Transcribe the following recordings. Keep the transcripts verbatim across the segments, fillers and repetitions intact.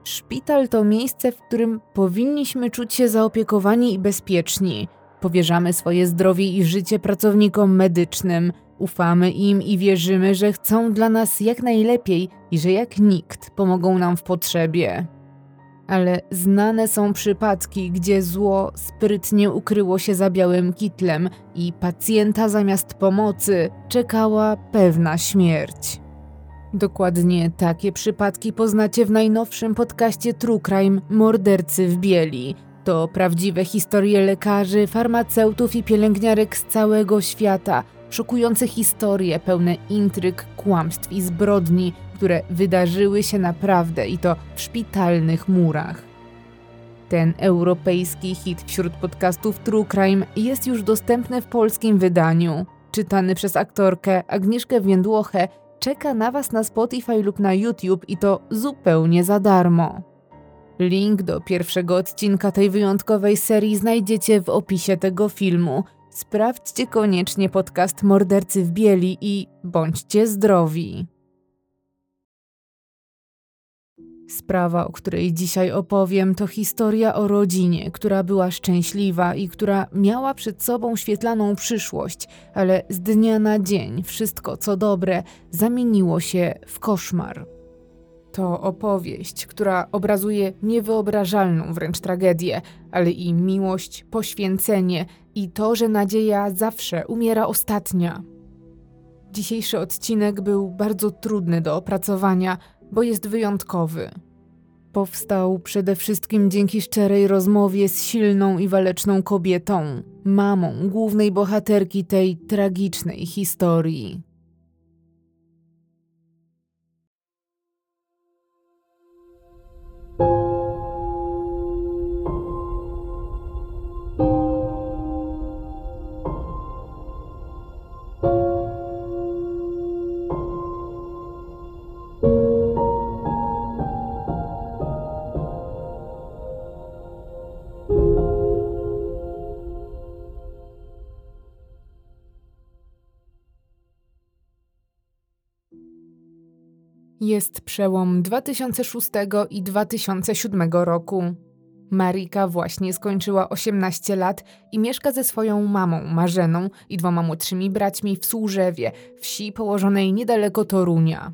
Szpital to miejsce, w którym powinniśmy czuć się zaopiekowani i bezpieczni. Powierzamy swoje zdrowie i życie pracownikom medycznym. Ufamy im i wierzymy, że chcą dla nas jak najlepiej i że jak nikt pomogą nam w potrzebie. Ale znane są przypadki, gdzie zło sprytnie ukryło się za białym kitlem i pacjenta zamiast pomocy czekała pewna śmierć. Dokładnie takie przypadki poznacie w najnowszym podcaście True Crime Mordercy w bieli. To prawdziwe historie lekarzy, farmaceutów i pielęgniarek z całego świata. Szokujące historie pełne intryg, kłamstw i zbrodni, które wydarzyły się naprawdę i to w szpitalnych murach. Ten europejski hit wśród podcastów True Crime jest już dostępny w polskim wydaniu. Czytany przez aktorkę Agnieszkę Więdłochę czeka na Was na Spotify lub na YouTube i to zupełnie za darmo. Link do pierwszego odcinka tej wyjątkowej serii znajdziecie w opisie tego filmu. Sprawdźcie koniecznie podcast Mordercy w bieli i bądźcie zdrowi. Sprawa, o której dzisiaj opowiem, to historia o rodzinie, która była szczęśliwa i która miała przed sobą świetlaną przyszłość, ale z dnia na dzień wszystko, co dobre, zamieniło się w koszmar. To opowieść, która obrazuje niewyobrażalną wręcz tragedię, ale i miłość, poświęcenie i to, że nadzieja zawsze umiera ostatnia. Dzisiejszy odcinek był bardzo trudny do opracowania, bo jest wyjątkowy. Powstał przede wszystkim dzięki szczerej rozmowie z silną i waleczną kobietą, mamą głównej bohaterki tej tragicznej historii. Jest przełom dwa tysiące szóstego i dwa tysiące siódmego roku. Marika właśnie skończyła osiemnaście lat i mieszka ze swoją mamą Marzeną i dwoma młodszymi braćmi w Służewie, wsi położonej niedaleko Torunia.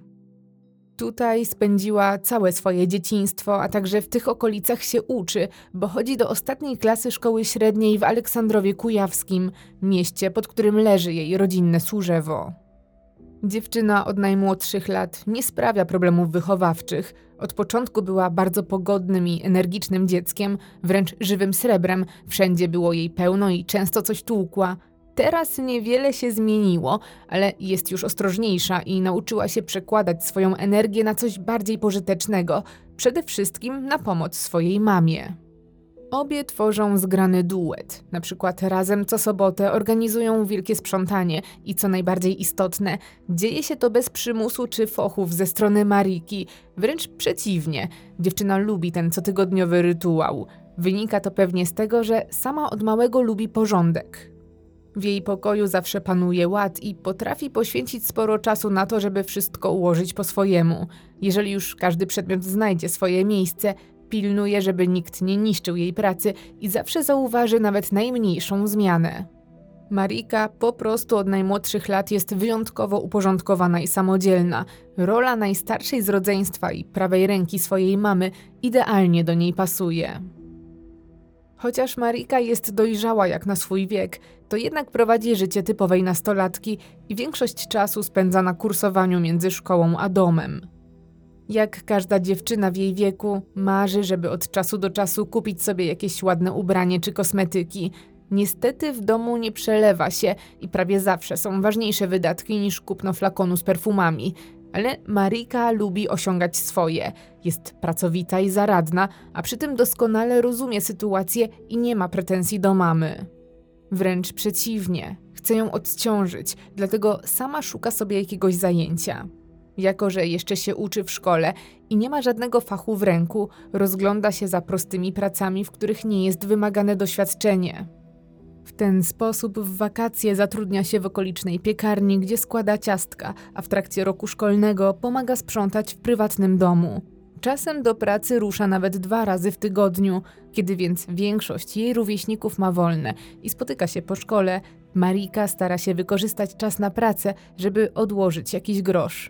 Tutaj spędziła całe swoje dzieciństwo, a także w tych okolicach się uczy, bo chodzi do ostatniej klasy szkoły średniej w Aleksandrowie Kujawskim, mieście, pod którym leży jej rodzinne Służewo. Dziewczyna od najmłodszych lat nie sprawia problemów wychowawczych. Od początku była bardzo pogodnym i energicznym dzieckiem, wręcz żywym srebrem. Wszędzie było jej pełno i często coś tłukła. Teraz niewiele się zmieniło, ale jest już ostrożniejsza i nauczyła się przekładać swoją energię na coś bardziej pożytecznego, przede wszystkim na pomoc swojej mamie. Obie tworzą zgrany duet. Na przykład razem co sobotę organizują wielkie sprzątanie i co najbardziej istotne, dzieje się to bez przymusu czy fochów ze strony Mariki. Wręcz przeciwnie, dziewczyna lubi ten cotygodniowy rytuał. Wynika to pewnie z tego, że sama od małego lubi porządek. W jej pokoju zawsze panuje ład i potrafi poświęcić sporo czasu na to, żeby wszystko ułożyć po swojemu. Jeżeli już każdy przedmiot znajdzie swoje miejsce, pilnuje, żeby nikt nie niszczył jej pracy i zawsze zauważy nawet najmniejszą zmianę. Marika po prostu od najmłodszych lat jest wyjątkowo uporządkowana i samodzielna. Rola najstarszej z rodzeństwa i prawej ręki swojej mamy idealnie do niej pasuje. Chociaż Marika jest dojrzała jak na swój wiek, to jednak prowadzi życie typowej nastolatki i większość czasu spędza na kursowaniu między szkołą a domem. Jak każda dziewczyna w jej wieku, marzy, żeby od czasu do czasu kupić sobie jakieś ładne ubranie czy kosmetyki. Niestety w domu nie przelewa się i prawie zawsze są ważniejsze wydatki niż kupno flakonu z perfumami. Ale Marika lubi osiągać swoje. Jest pracowita i zaradna, a przy tym doskonale rozumie sytuację i nie ma pretensji do mamy. Wręcz przeciwnie, chce ją odciążyć, dlatego sama szuka sobie jakiegoś zajęcia. Jako że jeszcze się uczy w szkole i nie ma żadnego fachu w ręku, rozgląda się za prostymi pracami, w których nie jest wymagane doświadczenie. W ten sposób w wakacje zatrudnia się w okolicznej piekarni, gdzie składa ciastka, a w trakcie roku szkolnego pomaga sprzątać w prywatnym domu. Czasem do pracy rusza nawet dwa razy w tygodniu. Kiedy więc większość jej rówieśników ma wolne i spotyka się po szkole, Marika stara się wykorzystać czas na pracę, żeby odłożyć jakiś grosz.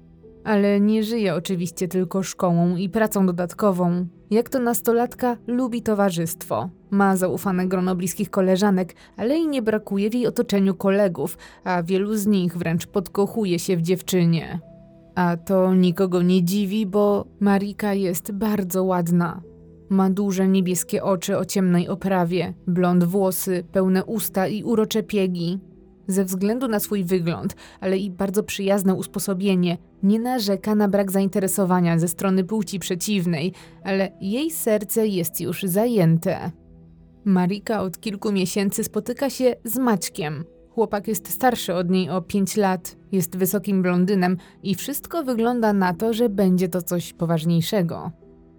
Ale nie żyje oczywiście tylko szkołą i pracą dodatkową. Jak to nastolatka, lubi towarzystwo. Ma zaufane grono bliskich koleżanek, ale i nie brakuje w jej otoczeniu kolegów, a wielu z nich wręcz podkochuje się w dziewczynie. A to nikogo nie dziwi, bo Marika jest bardzo ładna. Ma duże niebieskie oczy o ciemnej oprawie, blond włosy, pełne usta i urocze piegi. Ze względu na swój wygląd, ale i bardzo przyjazne usposobienie, nie narzeka na brak zainteresowania ze strony płci przeciwnej, ale jej serce jest już zajęte. Marika od kilku miesięcy spotyka się z Maćkiem. Chłopak jest starszy od niej o pięć lat, jest wysokim blondynem i wszystko wygląda na to, że będzie to coś poważniejszego.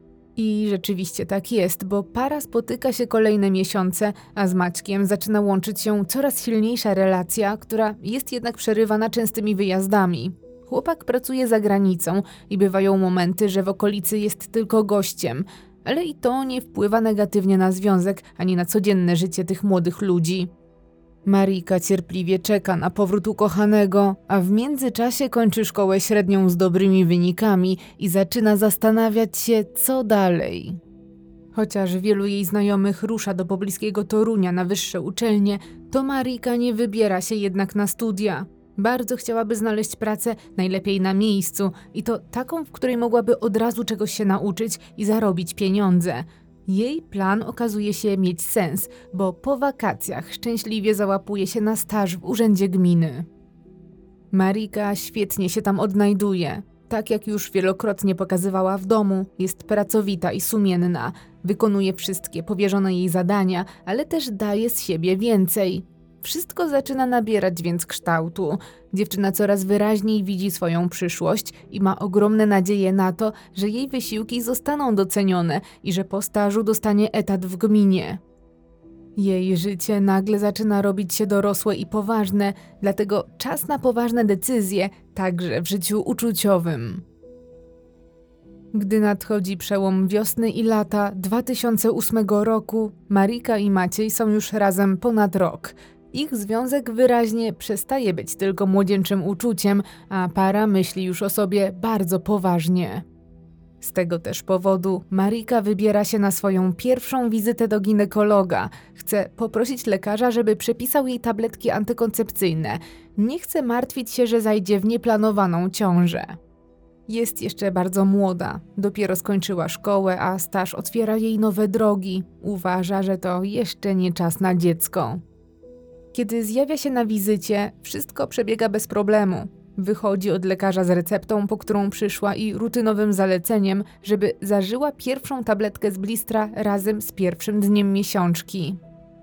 I rzeczywiście tak jest, bo para spotyka się kolejne miesiące, a z Maćkiem zaczyna łączyć się coraz silniejsza relacja, która jest jednak przerywana częstymi wyjazdami. Chłopak pracuje za granicą i bywają momenty, że w okolicy jest tylko gościem, ale i to nie wpływa negatywnie na związek ani na codzienne życie tych młodych ludzi. Marika cierpliwie czeka na powrót ukochanego, a w międzyczasie kończy szkołę średnią z dobrymi wynikami i zaczyna zastanawiać się, co dalej. Chociaż wielu jej znajomych rusza do pobliskiego Torunia na wyższe uczelnie, to Marika nie wybiera się jednak na studia. Bardzo chciałaby znaleźć pracę, najlepiej na miejscu, i to taką, w której mogłaby od razu czegoś się nauczyć i zarobić pieniądze. Jej plan okazuje się mieć sens, bo po wakacjach szczęśliwie załapuje się na staż w urzędzie gminy. Marika świetnie się tam odnajduje. Tak jak już wielokrotnie pokazywała w domu, jest pracowita i sumienna, wykonuje wszystkie powierzone jej zadania, ale też daje z siebie więcej. Wszystko zaczyna nabierać więc kształtu. Dziewczyna coraz wyraźniej widzi swoją przyszłość i ma ogromne nadzieje na to, że jej wysiłki zostaną docenione i że po stażu dostanie etat w gminie. Jej życie nagle zaczyna robić się dorosłe i poważne, dlatego czas na poważne decyzje, także w życiu uczuciowym. Gdy nadchodzi przełom wiosny i lata dwa tysiące ósmego roku, Marika i Maciej są już razem ponad rok. Ich związek wyraźnie przestaje być tylko młodzieńczym uczuciem, a para myśli już o sobie bardzo poważnie. Z tego też powodu Marika wybiera się na swoją pierwszą wizytę do ginekologa. Chce poprosić lekarza, żeby przepisał jej tabletki antykoncepcyjne. Nie chce martwić się, że zajdzie w nieplanowaną ciążę. Jest jeszcze bardzo młoda, dopiero skończyła szkołę, a staż otwiera jej nowe drogi. Uważa, że to jeszcze nie czas na dziecko. Kiedy zjawia się na wizycie, wszystko przebiega bez problemu. Wychodzi od lekarza z receptą, po którą przyszła, i rutynowym zaleceniem, żeby zażyła pierwszą tabletkę z blistra razem z pierwszym dniem miesiączki.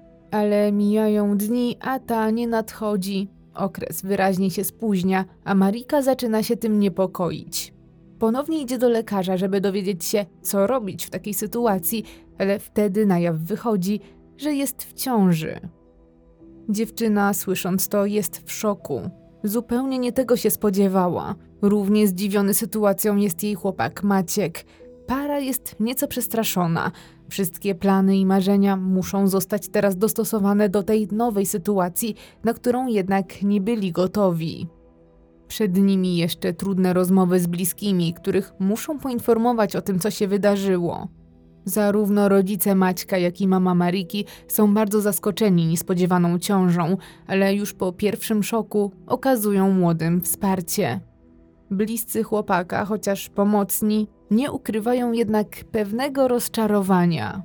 Ale mijają dni, a ta nie nadchodzi. Okres wyraźnie się spóźnia, a Marika zaczyna się tym niepokoić. Ponownie idzie do lekarza, żeby dowiedzieć się, co robić w takiej sytuacji, ale wtedy na jaw wychodzi, że jest w ciąży. Dziewczyna, słysząc to, jest w szoku. Zupełnie nie tego się spodziewała. Równie zdziwiony sytuacją jest jej chłopak Maciek. Para jest nieco przestraszona. Wszystkie plany i marzenia muszą zostać teraz dostosowane do tej nowej sytuacji, na którą jednak nie byli gotowi. Przed nimi jeszcze trudne rozmowy z bliskimi, których muszą poinformować o tym, co się wydarzyło. Zarówno rodzice Maćka, jak i mama Mariki są bardzo zaskoczeni niespodziewaną ciążą, ale już po pierwszym szoku okazują młodym wsparcie. Bliscy chłopaka, chociaż pomocni, nie ukrywają jednak pewnego rozczarowania.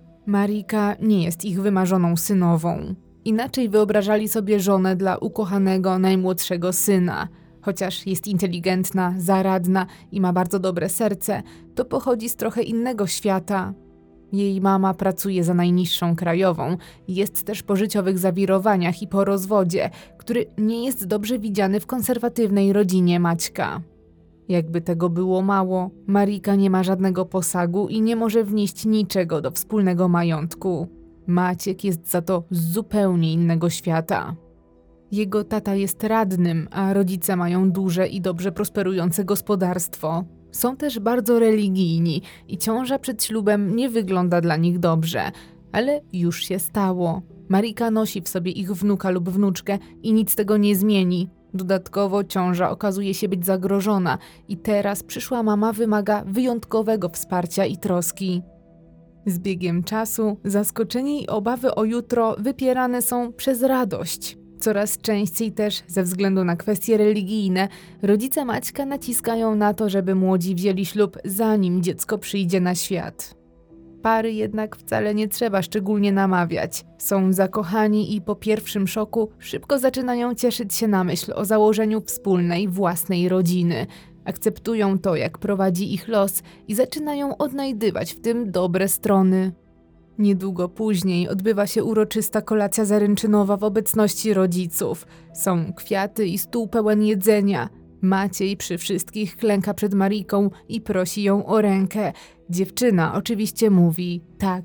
Marika nie jest ich wymarzoną synową. Inaczej wyobrażali sobie żonę dla ukochanego najmłodszego syna. Chociaż jest inteligentna, zaradna i ma bardzo dobre serce, to pochodzi z trochę innego świata. Jej mama pracuje za najniższą krajową, jest też po życiowych zawirowaniach i po rozwodzie, który nie jest dobrze widziany w konserwatywnej rodzinie Maćka. Jakby tego było mało, Marika nie ma żadnego posagu i nie może wnieść niczego do wspólnego majątku. Maciek jest za to z zupełnie innego świata. Jego tata jest radnym, a rodzice mają duże i dobrze prosperujące gospodarstwo. Są też bardzo religijni i ciąża przed ślubem nie wygląda dla nich dobrze, ale już się stało. Marika nosi w sobie ich wnuka lub wnuczkę i nic tego nie zmieni. Dodatkowo ciąża okazuje się być zagrożona i teraz przyszła mama wymaga wyjątkowego wsparcia i troski. Z biegiem czasu zaskoczenie i obawy o jutro wypierane są przez radość. Coraz częściej też, ze względu na kwestie religijne, rodzice Maćka naciskają na to, żeby młodzi wzięli ślub, zanim dziecko przyjdzie na świat. Pary jednak wcale nie trzeba szczególnie namawiać. Są zakochani i po pierwszym szoku szybko zaczynają cieszyć się na myśl o założeniu wspólnej, własnej rodziny. Akceptują to, jak prowadzi ich los i zaczynają odnajdywać w tym dobre strony. Niedługo później odbywa się uroczysta kolacja zaręczynowa w obecności rodziców. Są kwiaty i stół pełen jedzenia. Maciej przy wszystkich klęka przed Mariką i prosi ją o rękę. Dziewczyna oczywiście mówi tak.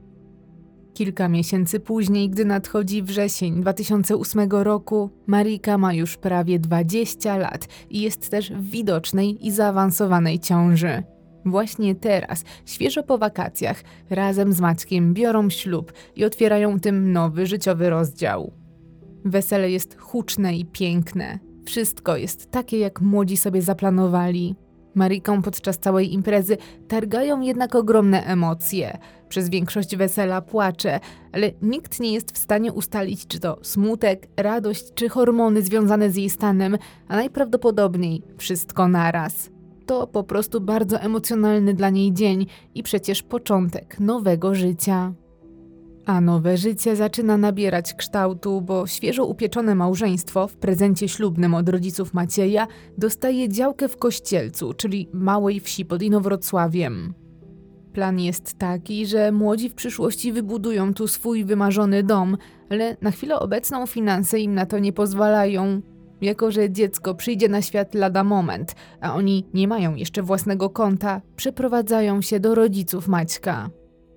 Kilka miesięcy później, gdy nadchodzi wrzesień dwa tysiące ósmego roku, Marika ma już prawie dwadzieścia lat i jest też w widocznej i zaawansowanej ciąży. Właśnie teraz, świeżo po wakacjach, razem z Maćkiem biorą ślub i otwierają tym nowy życiowy rozdział. Wesele jest huczne i piękne. Wszystko jest takie, jak młodzi sobie zaplanowali. Mariką podczas całej imprezy targają jednak ogromne emocje. Przez większość wesela płacze, ale nikt nie jest w stanie ustalić, czy to smutek, radość, czy hormony związane z jej stanem, a najprawdopodobniej wszystko naraz. To po prostu bardzo emocjonalny dla niej dzień i przecież początek nowego życia. A nowe życie zaczyna nabierać kształtu, bo świeżo upieczone małżeństwo w prezencie ślubnym od rodziców Macieja dostaje działkę w Kościelcu, czyli małej wsi pod Inowrocławiem. Plan jest taki, że młodzi w przyszłości wybudują tu swój wymarzony dom, ale na chwilę obecną finanse im na to nie pozwalają. Jako że dziecko przyjdzie na świat lada moment, a oni nie mają jeszcze własnego konta, przeprowadzają się do rodziców Maćka.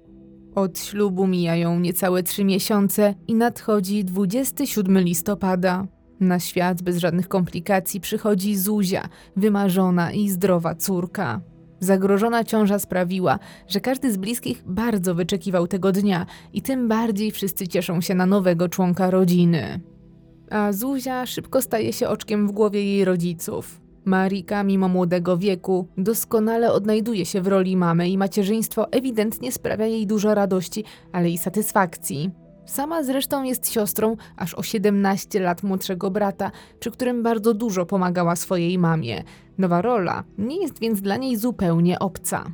Od ślubu mijają niecałe trzy miesiące i nadchodzi dwudziestego siódmego listopada. Na świat bez żadnych komplikacji przychodzi Zuzia, wymarzona i zdrowa córka. Zagrożona ciąża sprawiła, że każdy z bliskich bardzo wyczekiwał tego dnia i tym bardziej wszyscy cieszą się na nowego członka rodziny. A Zuzia szybko staje się oczkiem w głowie jej rodziców. Marika, mimo młodego wieku, doskonale odnajduje się w roli mamy i macierzyństwo ewidentnie sprawia jej dużo radości, ale i satysfakcji. Sama zresztą jest siostrą aż o siedemnaście lat młodszego brata, przy którym bardzo dużo pomagała swojej mamie. Nowa rola nie jest więc dla niej zupełnie obca.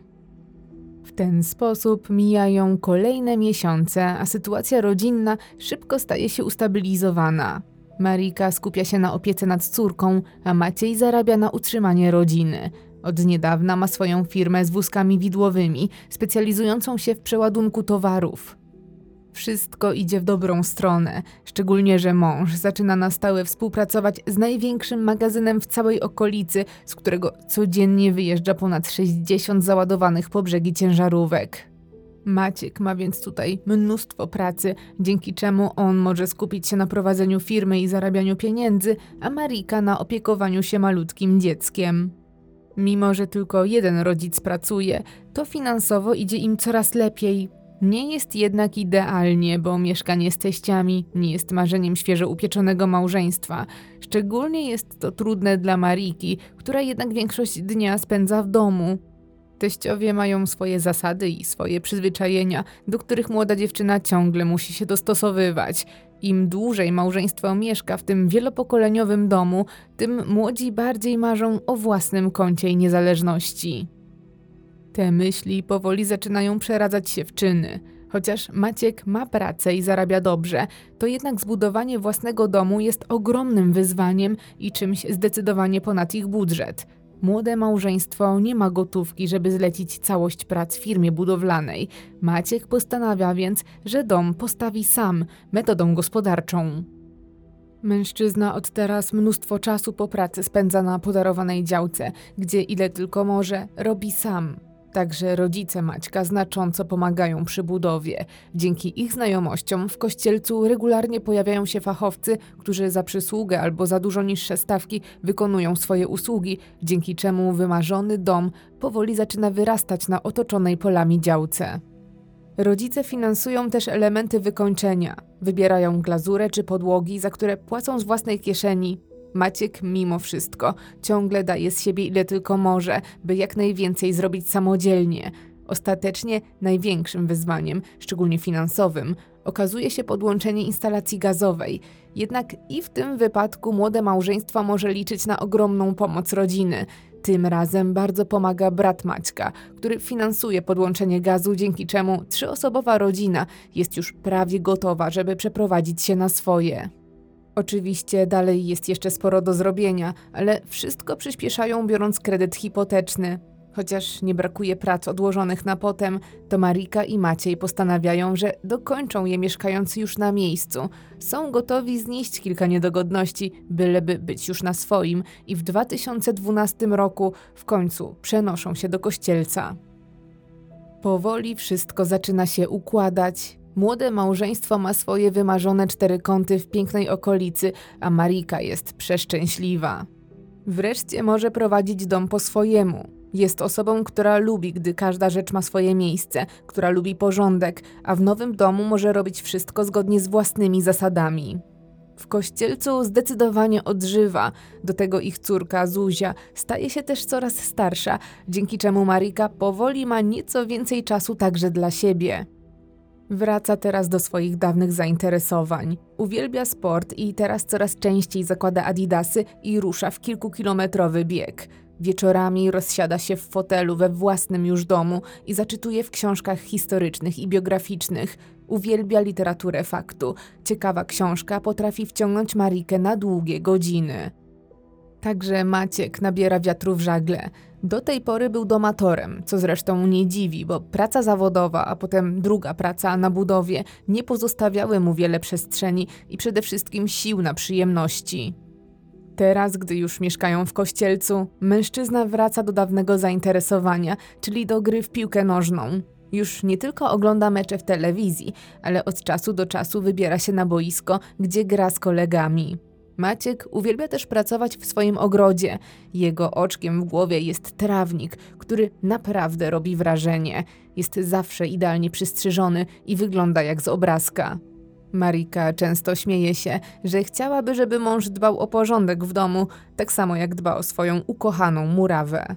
W ten sposób mijają kolejne miesiące, a sytuacja rodzinna szybko staje się ustabilizowana. Marika skupia się na opiece nad córką, a Maciej zarabia na utrzymanie rodziny. Od niedawna ma swoją firmę z wózkami widłowymi, specjalizującą się w przeładunku towarów. Wszystko idzie w dobrą stronę, szczególnie że mąż zaczyna na stałe współpracować z największym magazynem w całej okolicy, z którego codziennie wyjeżdża ponad sześćdziesiąt załadowanych po brzegi ciężarówek. Maciek ma więc tutaj mnóstwo pracy, dzięki czemu on może skupić się na prowadzeniu firmy i zarabianiu pieniędzy, a Marika na opiekowaniu się malutkim dzieckiem. Mimo że tylko jeden rodzic pracuje, to finansowo idzie im coraz lepiej. Nie jest jednak idealnie, bo mieszkanie z teściami nie jest marzeniem świeżo upieczonego małżeństwa. Szczególnie jest to trudne dla Mariki, która jednak większość dnia spędza w domu. Teściowie mają swoje zasady i swoje przyzwyczajenia, do których młoda dziewczyna ciągle musi się dostosowywać. Im dłużej małżeństwo mieszka w tym wielopokoleniowym domu, tym młodzi bardziej marzą o własnym kącie i niezależności. Te myśli powoli zaczynają przeradzać się w czyny. Chociaż Maciek ma pracę i zarabia dobrze, to jednak zbudowanie własnego domu jest ogromnym wyzwaniem i czymś zdecydowanie ponad ich budżet. Młode małżeństwo nie ma gotówki, żeby zlecić całość prac firmie budowlanej. Maciek postanawia więc, że dom postawi sam, metodą gospodarczą. Mężczyzna od teraz mnóstwo czasu po pracy spędza na podarowanej działce, gdzie ile tylko może robi sam. Także rodzice Maćka znacząco pomagają przy budowie. Dzięki ich znajomościom w Kościelcu regularnie pojawiają się fachowcy, którzy za przysługę albo za dużo niższe stawki wykonują swoje usługi, dzięki czemu wymarzony dom powoli zaczyna wyrastać na otoczonej polami działce. Rodzice finansują też elementy wykończenia. Wybierają glazurę czy podłogi, za które płacą z własnej kieszeni. Maciek mimo wszystko ciągle daje z siebie ile tylko może, by jak najwięcej zrobić samodzielnie. Ostatecznie największym wyzwaniem, szczególnie finansowym, okazuje się podłączenie instalacji gazowej. Jednak i w tym wypadku młode małżeństwo może liczyć na ogromną pomoc rodziny. Tym razem bardzo pomaga brat Maćka, który finansuje podłączenie gazu, dzięki czemu trzyosobowa rodzina jest już prawie gotowa, żeby przeprowadzić się na swoje. Oczywiście dalej jest jeszcze sporo do zrobienia, ale wszystko przyspieszają biorąc kredyt hipoteczny. Chociaż nie brakuje prac odłożonych na potem, to Marika i Maciej postanawiają, że dokończą je mieszkając już na miejscu. Są gotowi znieść kilka niedogodności, byleby być już na swoim i w dwa tysiące dwunastym roku w końcu przenoszą się do Kościelca. Powoli wszystko zaczyna się układać. Młode małżeństwo ma swoje wymarzone cztery kąty w pięknej okolicy, a Marika jest przeszczęśliwa. Wreszcie może prowadzić dom po swojemu. Jest osobą, która lubi, gdy każda rzecz ma swoje miejsce, która lubi porządek, a w nowym domu może robić wszystko zgodnie z własnymi zasadami. W Kościelcu zdecydowanie odżywa, do tego ich córka Zuzia staje się też coraz starsza, dzięki czemu Marika powoli ma nieco więcej czasu także dla siebie. Wraca teraz do swoich dawnych zainteresowań. Uwielbia sport i teraz coraz częściej zakłada adidasy i rusza w kilkukilometrowy bieg. Wieczorami rozsiada się w fotelu we własnym już domu i zaczytuje w książkach historycznych i biograficznych. Uwielbia literaturę faktu. Ciekawa książka potrafi wciągnąć Marikę na długie godziny. Także Maciek nabiera wiatru w żagle. Do tej pory był domatorem, co zresztą nie dziwi, bo praca zawodowa, a potem druga praca na budowie nie pozostawiały mu wiele przestrzeni i przede wszystkim sił na przyjemności. Teraz, gdy już mieszkają w Kościelcu, mężczyzna wraca do dawnego zainteresowania, czyli do gry w piłkę nożną. Już nie tylko ogląda mecze w telewizji, ale od czasu do czasu wybiera się na boisko, gdzie gra z kolegami. Maciek uwielbia też pracować w swoim ogrodzie. Jego oczkiem w głowie jest trawnik, który naprawdę robi wrażenie. Jest zawsze idealnie przystrzyżony i wygląda jak z obrazka. Marika często śmieje się, że chciałaby, żeby mąż dbał o porządek w domu, tak samo jak dba o swoją ukochaną murawę.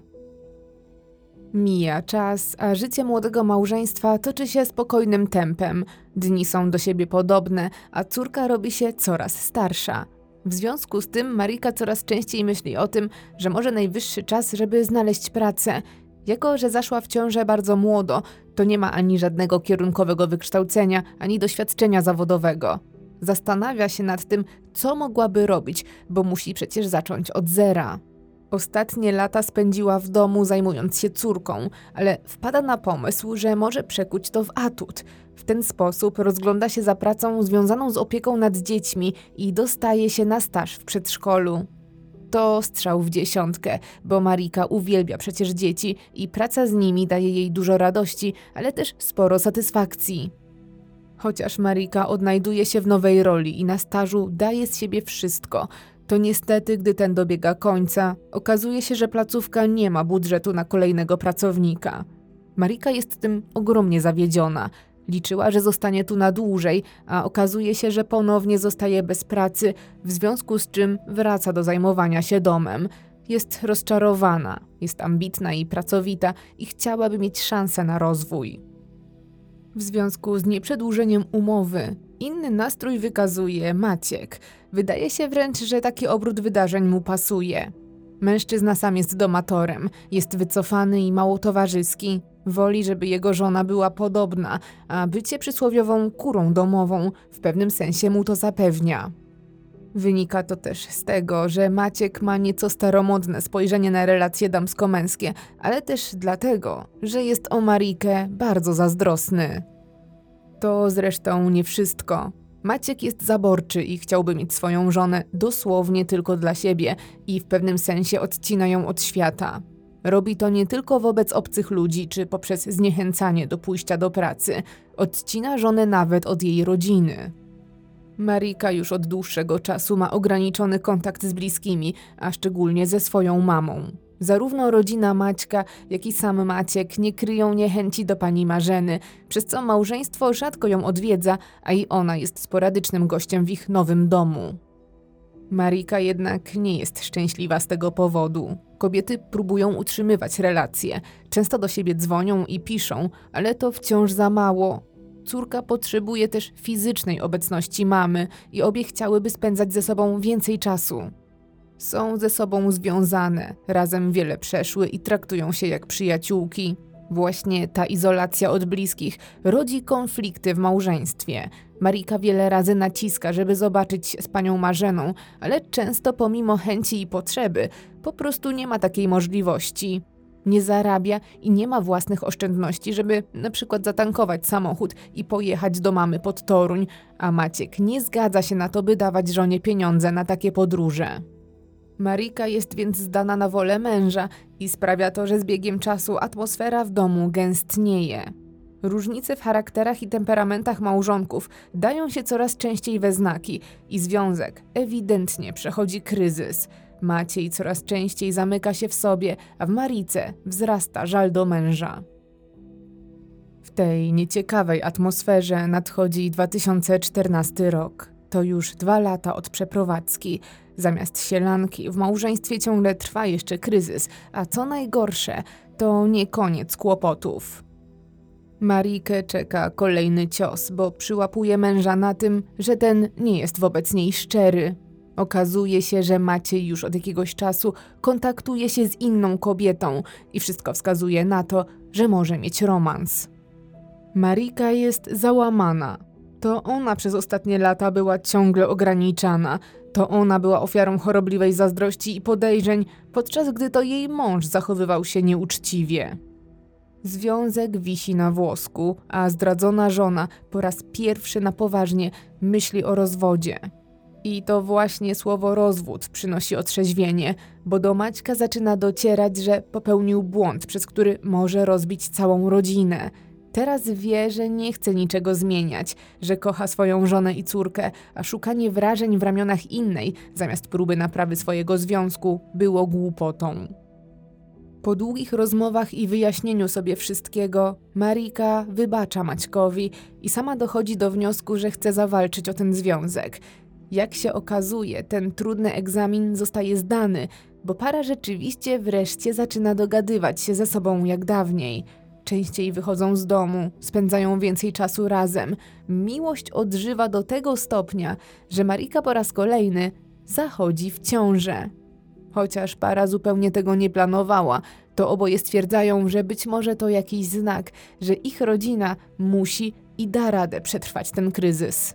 Mija czas, a życie młodego małżeństwa toczy się spokojnym tempem. Dni są do siebie podobne, a córka robi się coraz starsza. W związku z tym Marika coraz częściej myśli o tym, że może najwyższy czas, żeby znaleźć pracę. Jako że zaszła w ciążę bardzo młodo, to nie ma ani żadnego kierunkowego wykształcenia, ani doświadczenia zawodowego. Zastanawia się nad tym, co mogłaby robić, bo musi przecież zacząć od zera. Ostatnie lata spędziła w domu zajmując się córką, ale wpada na pomysł, że może przekuć to w atut. W ten sposób rozgląda się za pracą związaną z opieką nad dziećmi i dostaje się na staż w przedszkolu. To strzał w dziesiątkę, bo Marika uwielbia przecież dzieci i praca z nimi daje jej dużo radości, ale też sporo satysfakcji. Chociaż Marika odnajduje się w nowej roli i na stażu daje z siebie wszystko, to niestety, gdy ten dobiega końca, okazuje się, że placówka nie ma budżetu na kolejnego pracownika. Marika jest tym ogromnie zawiedziona. Liczyła, że zostanie tu na dłużej, a okazuje się, że ponownie zostaje bez pracy, w związku z czym wraca do zajmowania się domem. Jest rozczarowana, jest ambitna i pracowita i chciałaby mieć szansę na rozwój. W związku z nieprzedłużeniem umowy, inny nastrój wykazuje Maciek. Wydaje się wręcz, że taki obrót wydarzeń mu pasuje. Mężczyzna sam jest domatorem, jest wycofany i mało towarzyski. Woli, żeby jego żona była podobna, a bycie przysłowiową kurą domową w pewnym sensie mu to zapewnia. Wynika to też z tego, że Maciek ma nieco staromodne spojrzenie na relacje damsko-męskie, ale też dlatego, że jest o Marikę bardzo zazdrosny. To zresztą nie wszystko. Maciek jest zaborczy i chciałby mieć swoją żonę dosłownie tylko dla siebie i w pewnym sensie odcina ją od świata. Robi to nie tylko wobec obcych ludzi czy poprzez zniechęcanie do pójścia do pracy. Odcina żonę nawet od jej rodziny. Marika już od dłuższego czasu ma ograniczony kontakt z bliskimi, a szczególnie ze swoją mamą. Zarówno rodzina Maćka, jak i sam Maciek nie kryją niechęci do pani Marzeny, przez co małżeństwo rzadko ją odwiedza, a i ona jest sporadycznym gościem w ich nowym domu. Marika jednak nie jest szczęśliwa z tego powodu. Kobiety próbują utrzymywać relacje, często do siebie dzwonią i piszą, ale to wciąż za mało. Córka potrzebuje też fizycznej obecności mamy i obie chciałyby spędzać ze sobą więcej czasu. Są ze sobą związane, razem wiele przeszły i traktują się jak przyjaciółki. Właśnie ta izolacja od bliskich rodzi konflikty w małżeństwie. Marika wiele razy naciska, żeby zobaczyć się z panią Marzeną, ale często pomimo chęci i potrzeby po prostu nie ma takiej możliwości. Nie zarabia i nie ma własnych oszczędności, żeby na przykład zatankować samochód i pojechać do mamy pod Toruń, a Maciek nie zgadza się na to, by dawać żonie pieniądze na takie podróże. Marika jest więc zdana na wolę męża i sprawia to, że z biegiem czasu atmosfera w domu gęstnieje. Różnice w charakterach i temperamentach małżonków dają się coraz częściej we znaki i związek ewidentnie przechodzi kryzys. Maciej coraz częściej zamyka się w sobie, a w Marice wzrasta żal do męża. W tej nieciekawej atmosferze nadchodzi dwa tysiące czternasty rok. To już dwa lata od przeprowadzki. Zamiast sielanki w małżeństwie ciągle trwa jeszcze kryzys, a co najgorsze, to nie koniec kłopotów. Marikę czeka kolejny cios, bo przyłapuje męża na tym, że ten nie jest wobec niej szczery. Okazuje się, że Maciej już od jakiegoś czasu kontaktuje się z inną kobietą i wszystko wskazuje na to, że może mieć romans. Marika jest załamana. To ona przez ostatnie lata była ciągle ograniczana. To ona była ofiarą chorobliwej zazdrości i podejrzeń, podczas gdy to jej mąż zachowywał się nieuczciwie. Związek wisi na włosku, a zdradzona żona po raz pierwszy na poważnie myśli o rozwodzie. I to właśnie słowo rozwód przynosi otrzeźwienie, bo do Maćka zaczyna docierać, że popełnił błąd, przez który może rozbić całą rodzinę. Teraz wie, że nie chce niczego zmieniać, że kocha swoją żonę i córkę, a szukanie wrażeń w ramionach innej, zamiast próby naprawy swojego związku, było głupotą. Po długich rozmowach i wyjaśnieniu sobie wszystkiego, Marika wybacza Maćkowi i sama dochodzi do wniosku, że chce zawalczyć o ten związek. Jak się okazuje, ten trudny egzamin zostaje zdany, bo para rzeczywiście wreszcie zaczyna dogadywać się ze sobą jak dawniej. Częściej wychodzą z domu, spędzają więcej czasu razem. Miłość odżywa do tego stopnia, że Marika po raz kolejny zachodzi w ciążę. Chociaż para zupełnie tego nie planowała, to oboje stwierdzają, że być może to jakiś znak, że ich rodzina musi i da radę przetrwać ten kryzys.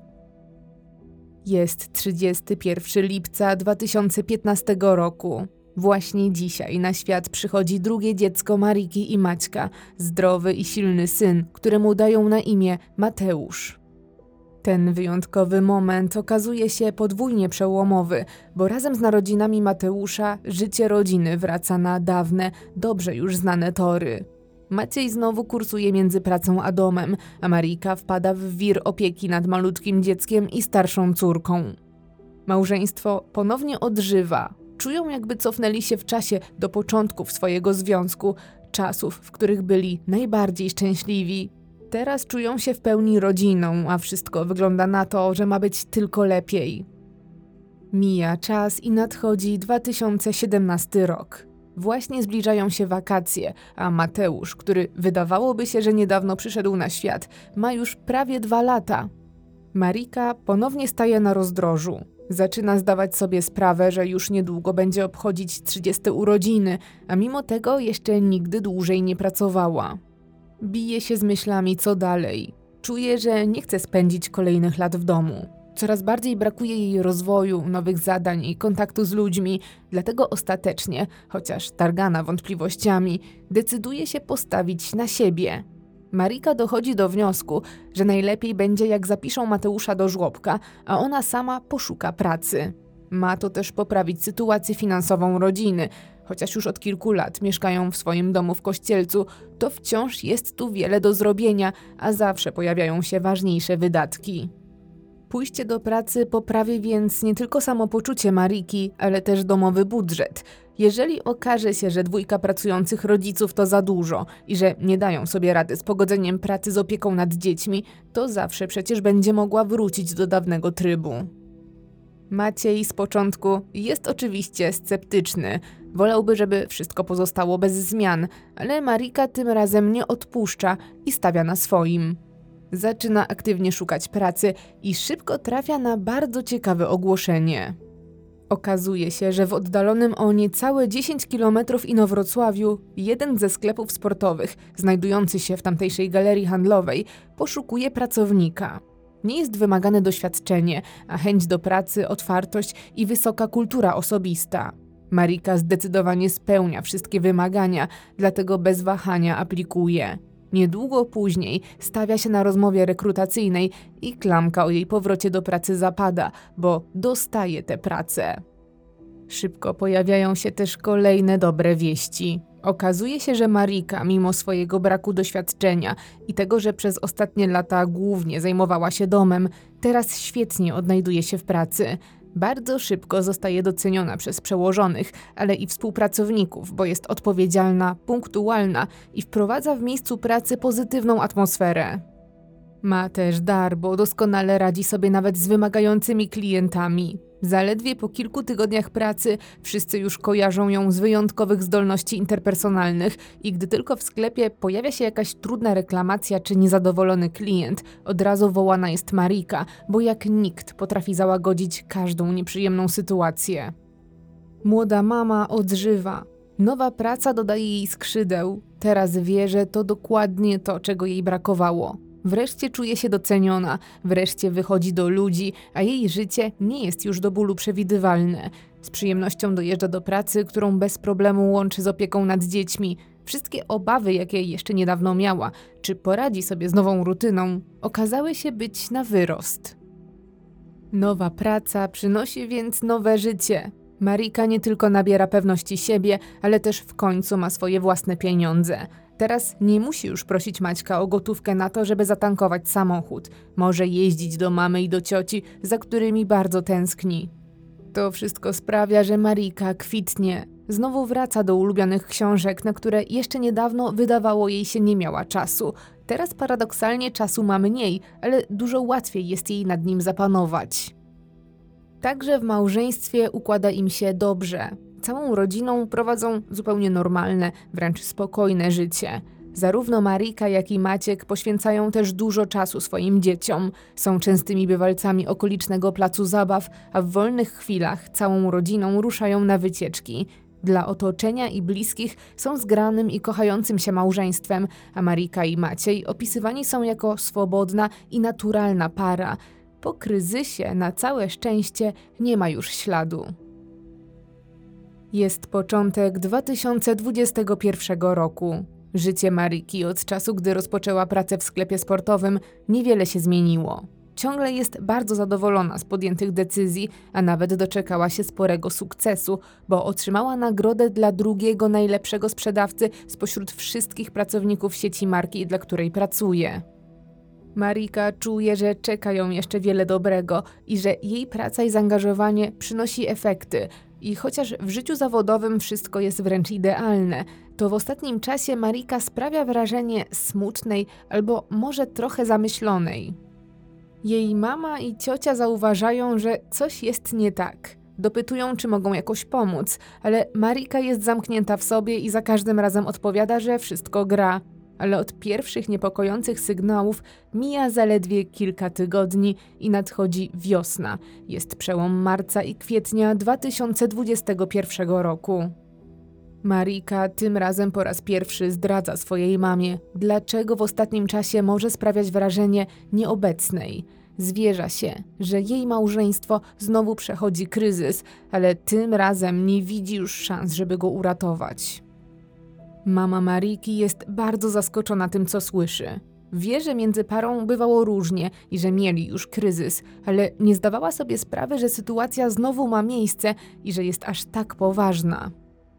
Jest trzydziestego pierwszego lipca dwa tysiące piętnastego roku. Właśnie dzisiaj na świat przychodzi drugie dziecko Mariki i Maćka, zdrowy i silny syn, któremu dają na imię Mateusz. Ten wyjątkowy moment okazuje się podwójnie przełomowy, bo razem z narodzinami Mateusza życie rodziny wraca na dawne, dobrze już znane tory. Maciej znowu kursuje między pracą a domem, a Marika wpada w wir opieki nad malutkim dzieckiem i starszą córką. Małżeństwo ponownie odżywa. Czują, jakby cofnęli się w czasie do początków swojego związku, czasów, w których byli najbardziej szczęśliwi. Teraz czują się w pełni rodziną, a wszystko wygląda na to, że ma być tylko lepiej. Mija czas i nadchodzi dwa tysiące siedemnasty rok. Właśnie zbliżają się wakacje, a Mateusz, który wydawałoby się, że niedawno przyszedł na świat, ma już prawie dwa lata. Marika ponownie staje na rozdrożu. Zaczyna zdawać sobie sprawę, że już niedługo będzie obchodzić trzydzieste urodziny, a mimo tego jeszcze nigdy dłużej nie pracowała. Bije się z myślami, co dalej. Czuje, że nie chce spędzić kolejnych lat w domu. Coraz bardziej brakuje jej rozwoju, nowych zadań i kontaktu z ludźmi, dlatego ostatecznie, chociaż targana wątpliwościami, decyduje się postawić na siebie. Marika dochodzi do wniosku, że najlepiej będzie, jak zapiszą Mateusza do żłobka, a ona sama poszuka pracy. Ma to też poprawić sytuację finansową rodziny, Chociaż już od kilku lat mieszkają w swoim domu w Kościelcu, to wciąż jest tu wiele do zrobienia, a zawsze pojawiają się ważniejsze wydatki. Pójście do pracy poprawi więc nie tylko samopoczucie Mariki, ale też domowy budżet. Jeżeli okaże się, że dwójka pracujących rodziców to za dużo i że nie dają sobie rady z pogodzeniem pracy z opieką nad dziećmi, to zawsze przecież będzie mogła wrócić do dawnego trybu. Maciej z początku jest oczywiście sceptyczny. Wolałby, żeby wszystko pozostało bez zmian, ale Marika tym razem nie odpuszcza i stawia na swoim. Zaczyna aktywnie szukać pracy i szybko trafia na bardzo ciekawe ogłoszenie. Okazuje się, że w oddalonym o niecałe dziesięć kilometrów Inowrocławiu jeden ze sklepów sportowych, znajdujący się w tamtejszej galerii handlowej, poszukuje pracownika. Nie jest wymagane doświadczenie, a chęć do pracy, otwartość i wysoka kultura osobista. Marika zdecydowanie spełnia wszystkie wymagania, dlatego bez wahania aplikuje. Niedługo później stawia się na rozmowie rekrutacyjnej i klamka o jej powrocie do pracy zapada, bo dostaje tę pracę. Szybko pojawiają się też kolejne dobre wieści. Okazuje się, że Marika, mimo swojego braku doświadczenia i tego, że przez ostatnie lata głównie zajmowała się domem, teraz świetnie odnajduje się w pracy. Bardzo szybko zostaje doceniona przez przełożonych, ale i współpracowników, bo jest odpowiedzialna, punktualna i wprowadza w miejscu pracy pozytywną atmosferę. Ma też dar, bo doskonale radzi sobie nawet z wymagającymi klientami. Zaledwie po kilku tygodniach pracy wszyscy już kojarzą ją z wyjątkowych zdolności interpersonalnych i gdy tylko w sklepie pojawia się jakaś trudna reklamacja czy niezadowolony klient, od razu wołana jest Marika, bo jak nikt potrafi załagodzić każdą nieprzyjemną sytuację. Młoda mama odżywa. Nowa praca dodaje jej skrzydeł. Teraz wie, że to dokładnie to, czego jej brakowało. Wreszcie czuje się doceniona, wreszcie wychodzi do ludzi, a jej życie nie jest już do bólu przewidywalne. Z przyjemnością dojeżdża do pracy, którą bez problemu łączy z opieką nad dziećmi. Wszystkie obawy, jakie jeszcze niedawno miała, czy poradzi sobie z nową rutyną, okazały się być na wyrost. Nowa praca przynosi więc nowe życie. Marika nie tylko nabiera pewności siebie, ale też w końcu ma swoje własne pieniądze. Teraz nie musi już prosić Maćka o gotówkę na to, żeby zatankować samochód. Może jeździć do mamy i do cioci, za którymi bardzo tęskni. To wszystko sprawia, że Marika kwitnie. Znowu wraca do ulubionych książek, na które jeszcze niedawno wydawało jej się nie miała czasu. Teraz paradoksalnie czasu ma mniej, ale dużo łatwiej jest jej nad nim zapanować. Także w małżeństwie układa im się dobrze. Całą rodziną prowadzą zupełnie normalne, wręcz spokojne życie. Zarówno Marika, jak i Maciek poświęcają też dużo czasu swoim dzieciom. Są częstymi bywalcami okolicznego placu zabaw, a w wolnych chwilach całą rodziną ruszają na wycieczki. Dla otoczenia i bliskich są zgranym i kochającym się małżeństwem, a Marika i Maciej opisywani są jako swobodna i naturalna para. Po kryzysie, na całe szczęście, nie ma już śladu. Jest początek dwa tysiące dwudziestego pierwszego roku. Życie Mariki od czasu, gdy rozpoczęła pracę w sklepie sportowym, niewiele się zmieniło. Ciągle jest bardzo zadowolona z podjętych decyzji, a nawet doczekała się sporego sukcesu, bo otrzymała nagrodę dla drugiego najlepszego sprzedawcy spośród wszystkich pracowników sieci marki, dla której pracuje. Marika czuje, że czeka ją jeszcze wiele dobrego i że jej praca i zaangażowanie przynosi efekty. I chociaż w życiu zawodowym wszystko jest wręcz idealne, to w ostatnim czasie Marika sprawia wrażenie smutnej albo może trochę zamyślonej. Jej mama i ciocia zauważają, że coś jest nie tak. Dopytują, czy mogą jakoś pomóc, ale Marika jest zamknięta w sobie i za każdym razem odpowiada, że wszystko gra. Ale od pierwszych niepokojących sygnałów mija zaledwie kilka tygodni i nadchodzi wiosna. Jest przełom marca i kwietnia dwa tysiące dwudziestego pierwszego roku. Marika tym razem po raz pierwszy zdradza swojej mamie, dlaczego w ostatnim czasie może sprawiać wrażenie nieobecnej. Zwierza się, że jej małżeństwo znowu przechodzi kryzys, ale tym razem nie widzi już szans, żeby go uratować. Mama Mariki jest bardzo zaskoczona tym, co słyszy. Wie, że między parą bywało różnie i że mieli już kryzys, ale nie zdawała sobie sprawy, że sytuacja znowu ma miejsce i że jest aż tak poważna.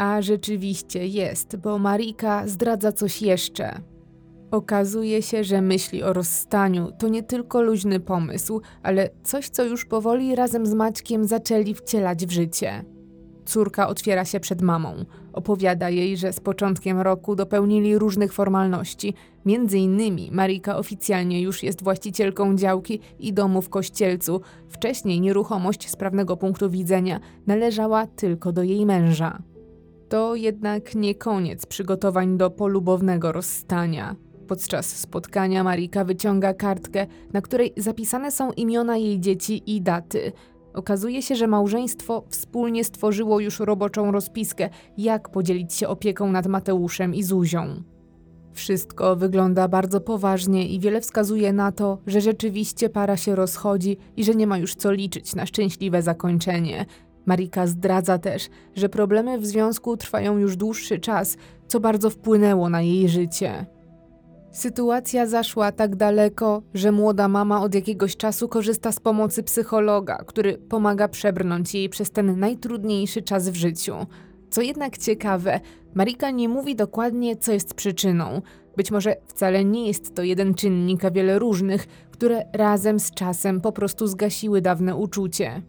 A rzeczywiście jest, bo Marika zdradza coś jeszcze. Okazuje się, że myśli o rozstaniu to nie tylko luźny pomysł, ale coś, co już powoli razem z Maćkiem zaczęli wcielać w życie. Córka otwiera się przed mamą. Opowiada jej, że z początkiem roku dopełnili różnych formalności. Między innymi Marika oficjalnie już jest właścicielką działki i domu w Kościelcu. Wcześniej nieruchomość z prawnego punktu widzenia należała tylko do jej męża. To jednak nie koniec przygotowań do polubownego rozstania. Podczas spotkania Marika wyciąga kartkę, na której zapisane są imiona jej dzieci i daty. Okazuje się, że małżeństwo wspólnie stworzyło już roboczą rozpiskę, jak podzielić się opieką nad Mateuszem i Zuzią. Wszystko wygląda bardzo poważnie i wiele wskazuje na to, że rzeczywiście para się rozchodzi i że nie ma już co liczyć na szczęśliwe zakończenie. Marika zdradza też, że problemy w związku trwają już dłuższy czas, co bardzo wpłynęło na jej życie. Sytuacja zaszła tak daleko, że młoda mama od jakiegoś czasu korzysta z pomocy psychologa, który pomaga przebrnąć jej przez ten najtrudniejszy czas w życiu. Co jednak ciekawe, Marika nie mówi dokładnie, co jest przyczyną. Być może wcale nie jest to jeden czynnik, a wiele różnych, które razem z czasem po prostu zgasiły dawne uczucie.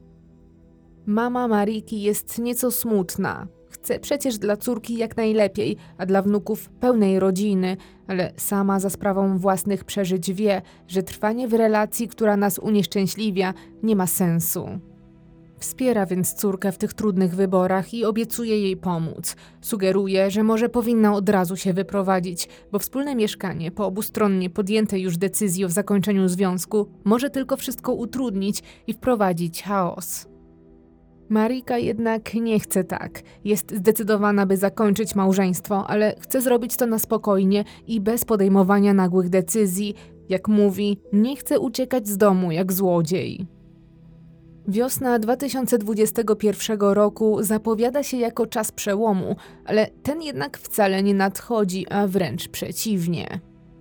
Mama Mariki jest nieco smutna. Chce przecież dla córki jak najlepiej, a dla wnuków pełnej rodziny, ale sama za sprawą własnych przeżyć wie, że trwanie w relacji, która nas unieszczęśliwia, nie ma sensu. Wspiera więc córkę w tych trudnych wyborach i obiecuje jej pomóc. Sugeruje, że może powinna od razu się wyprowadzić, bo wspólne mieszkanie po obustronnie podjętej już decyzji o zakończeniu związku może tylko wszystko utrudnić i wprowadzić chaos. Marika jednak nie chce tak. Jest zdecydowana, by zakończyć małżeństwo, ale chce zrobić to na spokojnie i bez podejmowania nagłych decyzji. Jak mówi, nie chce uciekać z domu jak złodziej. Wiosna dwa tysiące dwudziestego pierwszego roku zapowiada się jako czas przełomu, ale ten jednak wcale nie nadchodzi, a wręcz przeciwnie.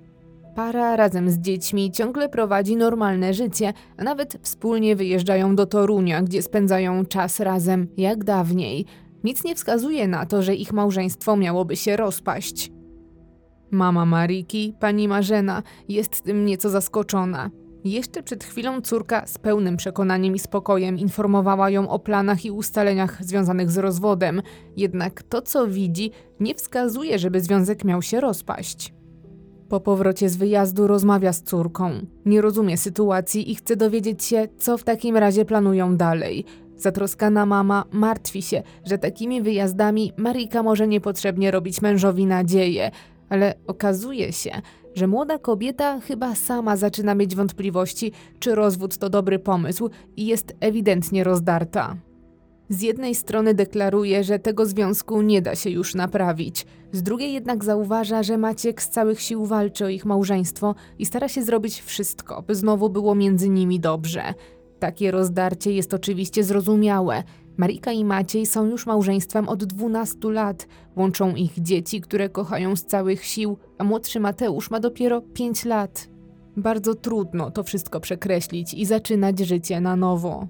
Para razem z dziećmi ciągle prowadzi normalne życie, a nawet wspólnie wyjeżdżają do Torunia, gdzie spędzają czas razem jak dawniej. Nic nie wskazuje na to, że ich małżeństwo miałoby się rozpaść. Mama Mariki, pani Marzena, jest tym nieco zaskoczona. Jeszcze przed chwilą córka z pełnym przekonaniem i spokojem informowała ją o planach i ustaleniach związanych z rozwodem, jednak to, co widzi, nie wskazuje, żeby związek miał się rozpaść. Po powrocie z wyjazdu rozmawia z córką. Nie rozumie sytuacji i chce dowiedzieć się, co w takim razie planują dalej. Zatroskana mama martwi się, że takimi wyjazdami Marika może niepotrzebnie robić mężowi nadzieję, ale okazuje się, że młoda kobieta chyba sama zaczyna mieć wątpliwości, czy rozwód to dobry pomysł i jest ewidentnie rozdarta. Z jednej strony deklaruje, że tego związku nie da się już naprawić, z drugiej jednak zauważa, że Maciek z całych sił walczy o ich małżeństwo i stara się zrobić wszystko, by znowu było między nimi dobrze. Takie rozdarcie jest oczywiście zrozumiałe. Marika i Maciej są już małżeństwem od dwunastu lat. Łączą ich dzieci, które kochają z całych sił, a młodszy Mateusz ma dopiero pięć lat. Bardzo trudno to wszystko przekreślić i zaczynać życie na nowo.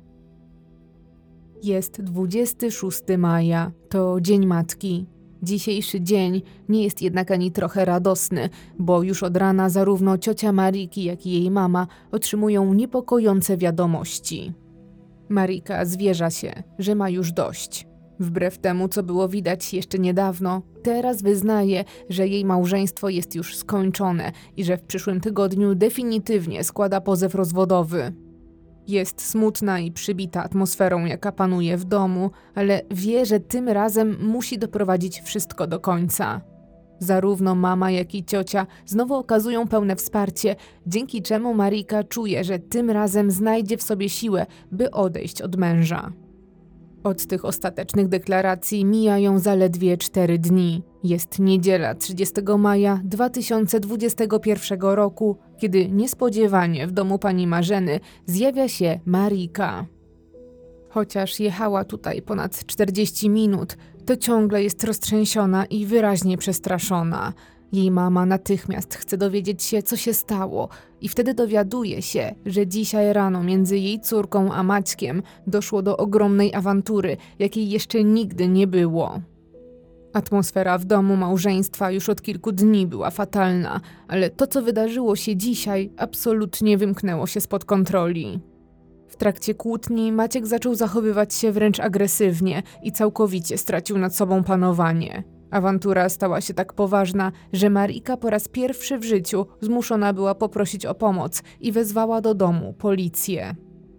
Jest dwudziestego szóstego maja, to Dzień Matki. Dzisiejszy dzień nie jest jednak ani trochę radosny, bo już od rana zarówno ciocia Mariki, jak i jej mama otrzymują niepokojące wiadomości. Marika zwierza się, że ma już dość. Wbrew temu, co było widać jeszcze niedawno, teraz wyznaje, że jej małżeństwo jest już skończone i że w przyszłym tygodniu definitywnie składa pozew rozwodowy. Jest smutna i przybita atmosferą, jaka panuje w domu, ale wie, że tym razem musi doprowadzić wszystko do końca. Zarówno mama, jak i ciocia znowu okazują pełne wsparcie, dzięki czemu Marika czuje, że tym razem znajdzie w sobie siłę, by odejść od męża. Od tych ostatecznych deklaracji mijają zaledwie cztery dni. Jest niedziela trzydziestego maja dwa tysiące dwudziestego pierwszego roku, kiedy niespodziewanie w domu pani Marzeny zjawia się Marika. Chociaż jechała tutaj ponad czterdzieści minut, to ciągle jest roztrzęsiona i wyraźnie przestraszona. Jej mama natychmiast chce dowiedzieć się, co się stało i wtedy dowiaduje się, że dzisiaj rano między jej córką a Maćkiem doszło do ogromnej awantury, jakiej jeszcze nigdy nie było. Atmosfera w domu małżeństwa już od kilku dni była fatalna, ale to, co wydarzyło się dzisiaj, absolutnie wymknęło się spod kontroli. W trakcie kłótni Maciek zaczął zachowywać się wręcz agresywnie i całkowicie stracił nad sobą panowanie. Awantura stała się tak poważna, że Marika po raz pierwszy w życiu zmuszona była poprosić o pomoc i wezwała do domu policję.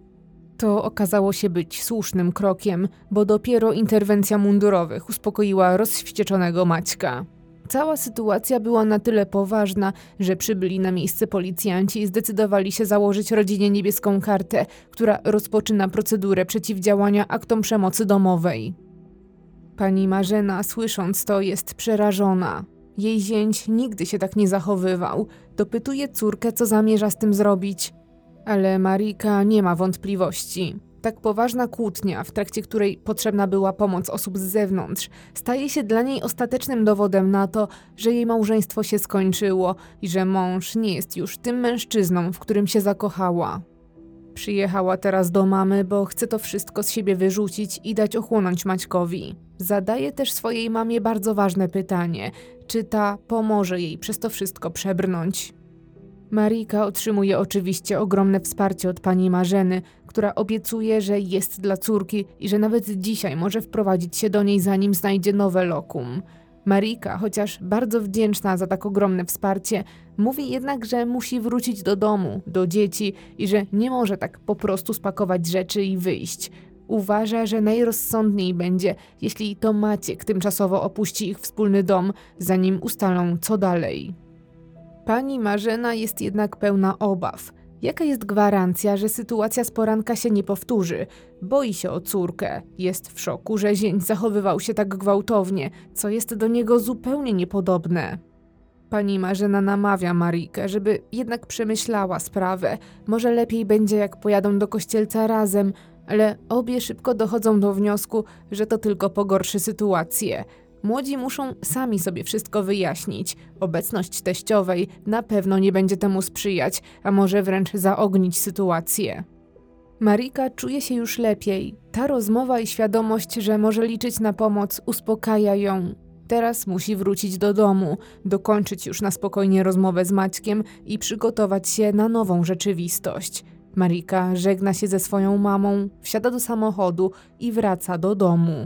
To okazało się być słusznym krokiem, bo dopiero interwencja mundurowych uspokoiła rozwścieczonego Maćka. Cała sytuacja była na tyle poważna, że przybyli na miejsce policjanci i zdecydowali się założyć rodzinie niebieską kartę, która rozpoczyna procedurę przeciwdziałania aktom przemocy domowej. Pani Marzena, słysząc to, jest przerażona. Jej zięć nigdy się tak nie zachowywał. Dopytuje córkę, co zamierza z tym zrobić. Ale Marika nie ma wątpliwości. Tak poważna kłótnia, w trakcie której potrzebna była pomoc osób z zewnątrz, staje się dla niej ostatecznym dowodem na to, że jej małżeństwo się skończyło i że mąż nie jest już tym mężczyzną, w którym się zakochała. Przyjechała teraz do mamy, bo chce to wszystko z siebie wyrzucić i dać ochłonąć Maćkowi. Zadaje też swojej mamie bardzo ważne pytanie, czy ta pomoże jej przez to wszystko przebrnąć. Marika otrzymuje oczywiście ogromne wsparcie od pani Marzeny, która obiecuje, że jest dla córki i że nawet dzisiaj może wprowadzić się do niej, zanim znajdzie nowe lokum. Marika, chociaż bardzo wdzięczna za tak ogromne wsparcie, mówi jednak, że musi wrócić do domu, do dzieci i że nie może tak po prostu spakować rzeczy i wyjść. Uważa, że najrozsądniej będzie, jeśli to Maciek tymczasowo opuści ich wspólny dom, zanim ustalą, co dalej. Pani Marzena jest jednak pełna obaw. Jaka jest gwarancja, że sytuacja z poranka się nie powtórzy? Boi się o córkę. Jest w szoku, że zięć zachowywał się tak gwałtownie, co jest do niego zupełnie niepodobne. Pani Marzena namawia Marikę, żeby jednak przemyślała sprawę. Może lepiej będzie, jak pojadą do Kościelca razem, ale obie szybko dochodzą do wniosku, że to tylko pogorszy sytuację. Młodzi muszą sami sobie wszystko wyjaśnić. Obecność teściowej na pewno nie będzie temu sprzyjać, a może wręcz zaognić sytuację. Marika czuje się już lepiej. Ta rozmowa i świadomość, że może liczyć na pomoc, uspokaja ją. Teraz musi wrócić do domu, dokończyć już na spokojnie rozmowę z Maćkiem i przygotować się na nową rzeczywistość. Marika żegna się ze swoją mamą, wsiada do samochodu i wraca do domu.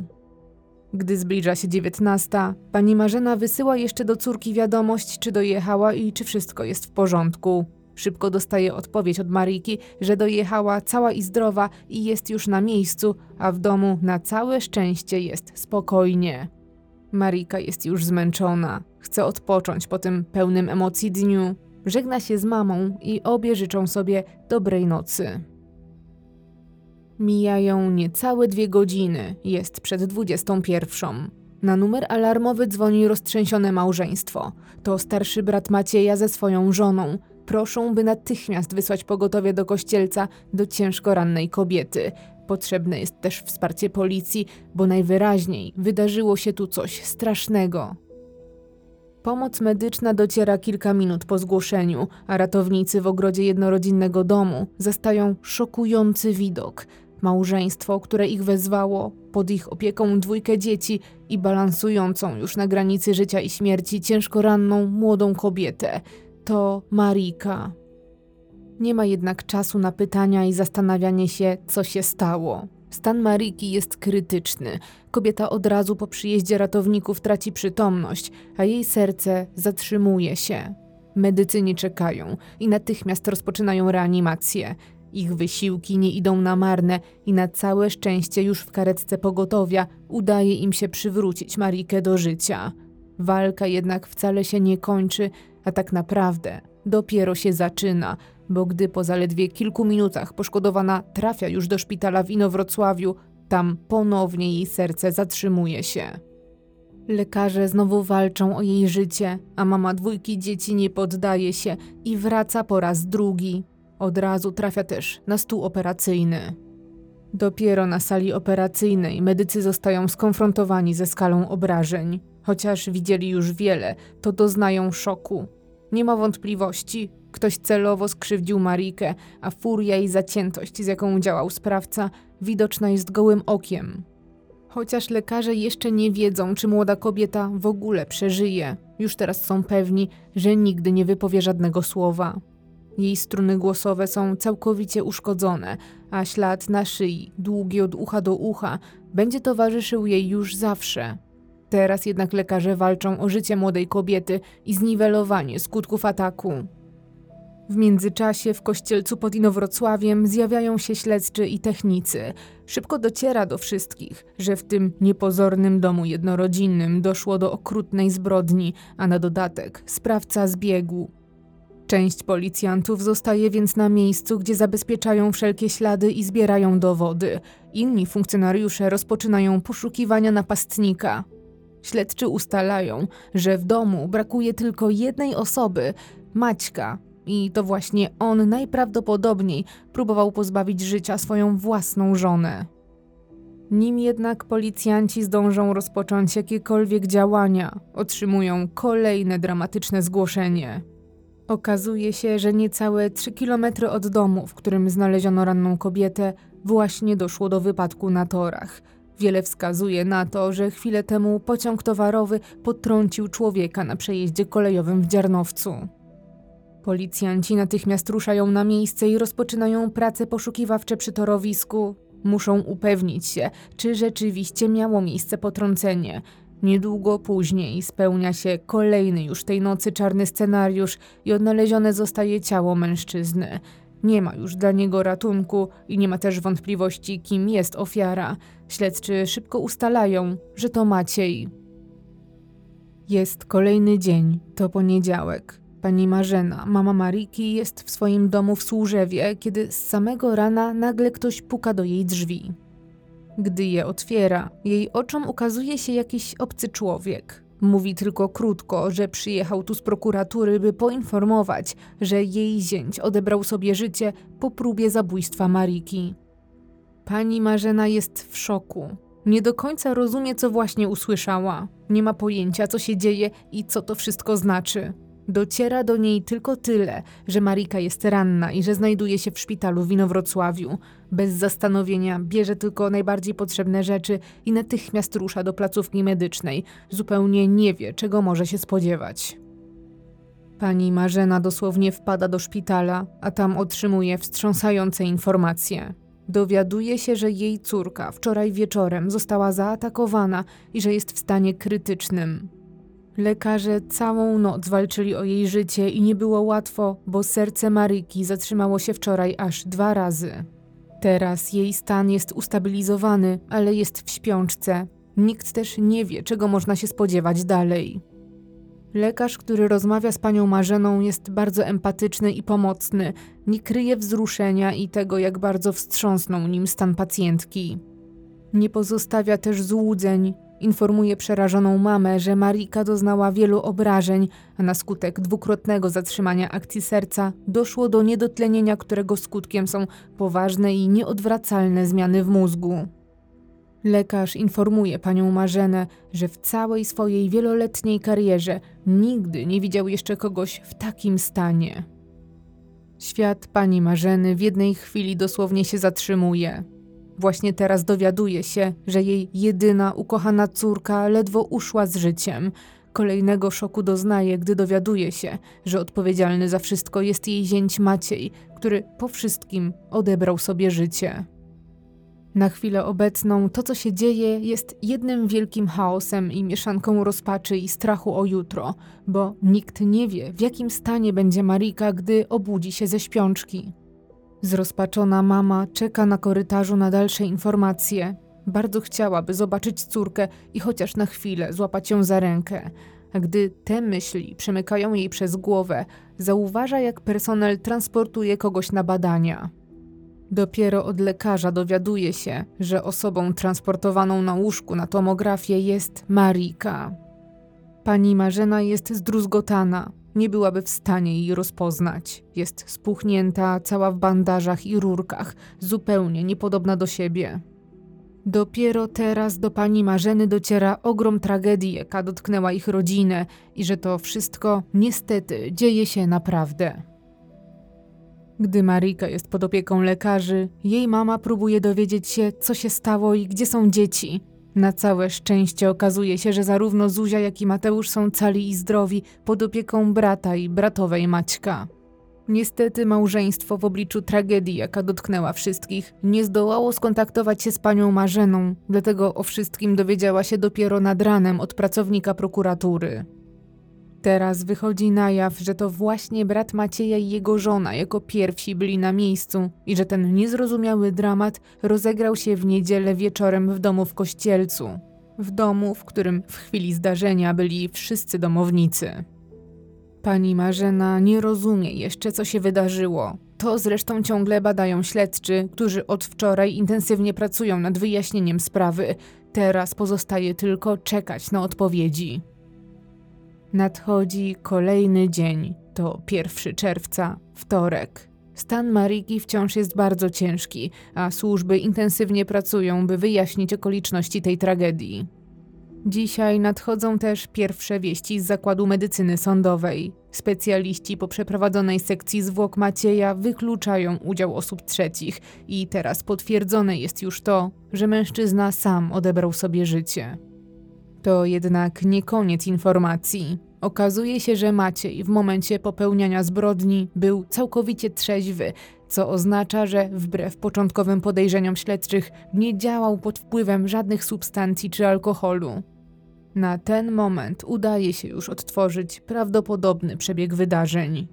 Gdy zbliża się dziewiętnasta, pani Marzena wysyła jeszcze do córki wiadomość, czy dojechała i czy wszystko jest w porządku. Szybko dostaje odpowiedź od Mariki, że dojechała cała i zdrowa i jest już na miejscu, a w domu na całe szczęście jest spokojnie. Marika jest już zmęczona, chce odpocząć po tym pełnym emocji dniu. Żegna się z mamą i obie życzą sobie dobrej nocy. Mijają niecałe dwie godziny, jest przed dwudziestą pierwszą. Na numer alarmowy dzwoni roztrzęsione małżeństwo. To starszy brat Macieja ze swoją żoną. Proszą, by natychmiast wysłać pogotowie do Kościelca do ciężko rannej kobiety. Potrzebne jest też wsparcie policji, bo najwyraźniej wydarzyło się tu coś strasznego. Pomoc medyczna dociera kilka minut po zgłoszeniu, a ratownicy w ogrodzie jednorodzinnego domu zastają szokujący widok. Małżeństwo, które ich wezwało, pod ich opieką dwójkę dzieci i balansującą już na granicy życia i śmierci ciężko ranną młodą kobietę. To Marika. Nie ma jednak czasu na pytania i zastanawianie się, co się stało. Stan Mariki jest krytyczny. Kobieta od razu po przyjeździe ratowników traci przytomność, a jej serce zatrzymuje się. Medycy nie czekają i natychmiast rozpoczynają reanimację. Ich wysiłki nie idą na marne i na całe szczęście już w karetce pogotowia udaje im się przywrócić Marikę do życia. Walka jednak wcale się nie kończy, a tak naprawdę dopiero się zaczyna, bo gdy po zaledwie kilku minutach poszkodowana trafia już do szpitala w Inowrocławiu, tam ponownie jej serce zatrzymuje się. Lekarze znowu walczą o jej życie, a mama dwójki dzieci nie poddaje się i wraca po raz drugi. Od razu trafia też na stół operacyjny. Dopiero na sali operacyjnej medycy zostają skonfrontowani ze skalą obrażeń. Chociaż widzieli już wiele, to doznają szoku. Nie ma wątpliwości, ktoś celowo skrzywdził Marikę, a furia i zaciętość, z jaką działał sprawca, widoczna jest gołym okiem. Chociaż lekarze jeszcze nie wiedzą, czy młoda kobieta w ogóle przeżyje, już teraz są pewni, że nigdy nie wypowie żadnego słowa. Jej struny głosowe są całkowicie uszkodzone, a ślad na szyi, długi od ucha do ucha, będzie towarzyszył jej już zawsze. Teraz jednak lekarze walczą o życie młodej kobiety i zniwelowanie skutków ataku. W międzyczasie w Kościelcu pod Inowrocławiem zjawiają się śledczy i technicy. Szybko dociera do wszystkich, że w tym niepozornym domu jednorodzinnym doszło do okrutnej zbrodni, a na dodatek sprawca zbiegł. Część policjantów zostaje więc na miejscu, gdzie zabezpieczają wszelkie ślady i zbierają dowody. Inni funkcjonariusze rozpoczynają poszukiwania napastnika. Śledczy ustalają, że w domu brakuje tylko jednej osoby, Maćka, i to właśnie on najprawdopodobniej próbował pozbawić życia swoją własną żonę. Nim jednak policjanci zdążą rozpocząć jakiekolwiek działania, otrzymują kolejne dramatyczne zgłoszenie. Okazuje się, że niecałe trzy kilometry od domu, w którym znaleziono ranną kobietę, właśnie doszło do wypadku na torach. Wiele wskazuje na to, że chwilę temu pociąg towarowy potrącił człowieka na przejeździe kolejowym w Dziarnowcu. Policjanci natychmiast ruszają na miejsce i rozpoczynają prace poszukiwawcze przy torowisku. Muszą upewnić się, czy rzeczywiście miało miejsce potrącenie. Niedługo później spełnia się kolejny już tej nocy czarny scenariusz i odnalezione zostaje ciało mężczyzny. Nie ma już dla niego ratunku i nie ma też wątpliwości, kim jest ofiara. Śledczy szybko ustalają, że to Maciej. Jest kolejny dzień, to poniedziałek. Pani Marzena, mama Mariki, jest w swoim domu w Służewie, kiedy z samego rana nagle ktoś puka do jej drzwi. Gdy je otwiera, jej oczom ukazuje się jakiś obcy człowiek. Mówi tylko krótko, że przyjechał tu z prokuratury, by poinformować, że jej zięć odebrał sobie życie po próbie zabójstwa Mariki. Pani Marzena jest w szoku. Nie do końca rozumie, co właśnie usłyszała. Nie ma pojęcia, co się dzieje i co to wszystko znaczy. Dociera do niej tylko tyle, że Marika jest ranna i że znajduje się w szpitalu w Inowrocławiu. Bez zastanowienia bierze tylko najbardziej potrzebne rzeczy i natychmiast rusza do placówki medycznej. Zupełnie nie wie, czego może się spodziewać. Pani Marzena dosłownie wpada do szpitala, a tam otrzymuje wstrząsające informacje. Dowiaduje się, że jej córka wczoraj wieczorem została zaatakowana i że jest w stanie krytycznym. Lekarze całą noc walczyli o jej życie i nie było łatwo, bo serce Maryki zatrzymało się wczoraj aż dwa razy. Teraz jej stan jest ustabilizowany, ale jest w śpiączce. Nikt też nie wie, czego można się spodziewać dalej. Lekarz, który rozmawia z panią Marzeną, jest bardzo empatyczny i pomocny. Nie kryje wzruszenia i tego, jak bardzo wstrząsnął nim stan pacjentki. Nie pozostawia też złudzeń. Informuje przerażoną mamę, że Marika doznała wielu obrażeń, a na skutek dwukrotnego zatrzymania akcji serca doszło do niedotlenienia, którego skutkiem są poważne i nieodwracalne zmiany w mózgu. Lekarz informuje panią Marzenę, że w całej swojej wieloletniej karierze nigdy nie widział jeszcze kogoś w takim stanie. Świat pani Marzeny w jednej chwili dosłownie się zatrzymuje. Właśnie teraz dowiaduje się, że jej jedyna ukochana córka ledwo uszła z życiem. Kolejnego szoku doznaje, gdy dowiaduje się, że odpowiedzialny za wszystko jest jej zięć Maciej, który po wszystkim odebrał sobie życie. Na chwilę obecną to, co się dzieje, jest jednym wielkim chaosem i mieszanką rozpaczy i strachu o jutro, bo nikt nie wie, w jakim stanie będzie Marika, gdy obudzi się ze śpiączki. Zrozpaczona mama czeka na korytarzu na dalsze informacje. Bardzo chciałaby zobaczyć córkę i chociaż na chwilę złapać ją za rękę. A gdy te myśli przemykają jej przez głowę, zauważa, jak personel transportuje kogoś na badania. Dopiero od lekarza dowiaduje się, że osobą transportowaną na łóżku na tomografię jest Marika. Pani Marzena jest zdruzgotana. Nie byłaby w stanie jej rozpoznać. Jest spuchnięta, cała w bandażach i rurkach, zupełnie niepodobna do siebie. Dopiero teraz do pani Marzeny dociera ogrom tragedii, jaka dotknęła ich rodzinę i że to wszystko niestety dzieje się naprawdę. Gdy Marika jest pod opieką lekarzy, jej mama próbuje dowiedzieć się, co się stało i gdzie są dzieci. Na całe szczęście okazuje się, że zarówno Zuzia, jak i Mateusz są cali i zdrowi pod opieką brata i bratowej Maćka. Niestety małżeństwo w obliczu tragedii, jaka dotknęła wszystkich, nie zdołało skontaktować się z panią Marzeną, dlatego o wszystkim dowiedziała się dopiero nad ranem od pracownika prokuratury. Teraz wychodzi na jaw, że to właśnie brat Macieja i jego żona jako pierwsi byli na miejscu i że ten niezrozumiały dramat rozegrał się w niedzielę wieczorem w domu w Kościelcu. W domu, w którym w chwili zdarzenia byli wszyscy domownicy. Pani Marzena nie rozumie jeszcze, co się wydarzyło. To zresztą ciągle badają śledczy, którzy od wczoraj intensywnie pracują nad wyjaśnieniem sprawy. Teraz pozostaje tylko czekać na odpowiedzi. Nadchodzi kolejny dzień. To pierwszego czerwca, wtorek. Stan Maryki wciąż jest bardzo ciężki, a służby intensywnie pracują, by wyjaśnić okoliczności tej tragedii. Dzisiaj nadchodzą też pierwsze wieści z Zakładu Medycyny Sądowej. Specjaliści po przeprowadzonej sekcji zwłok Macieja wykluczają udział osób trzecich i teraz potwierdzone jest już to, że mężczyzna sam odebrał sobie życie. To jednak nie koniec informacji. Okazuje się, że Maciej w momencie popełniania zbrodni był całkowicie trzeźwy, co oznacza, że wbrew początkowym podejrzeniom śledczych nie działał pod wpływem żadnych substancji czy alkoholu. Na ten moment udaje się już odtworzyć prawdopodobny przebieg wydarzeń.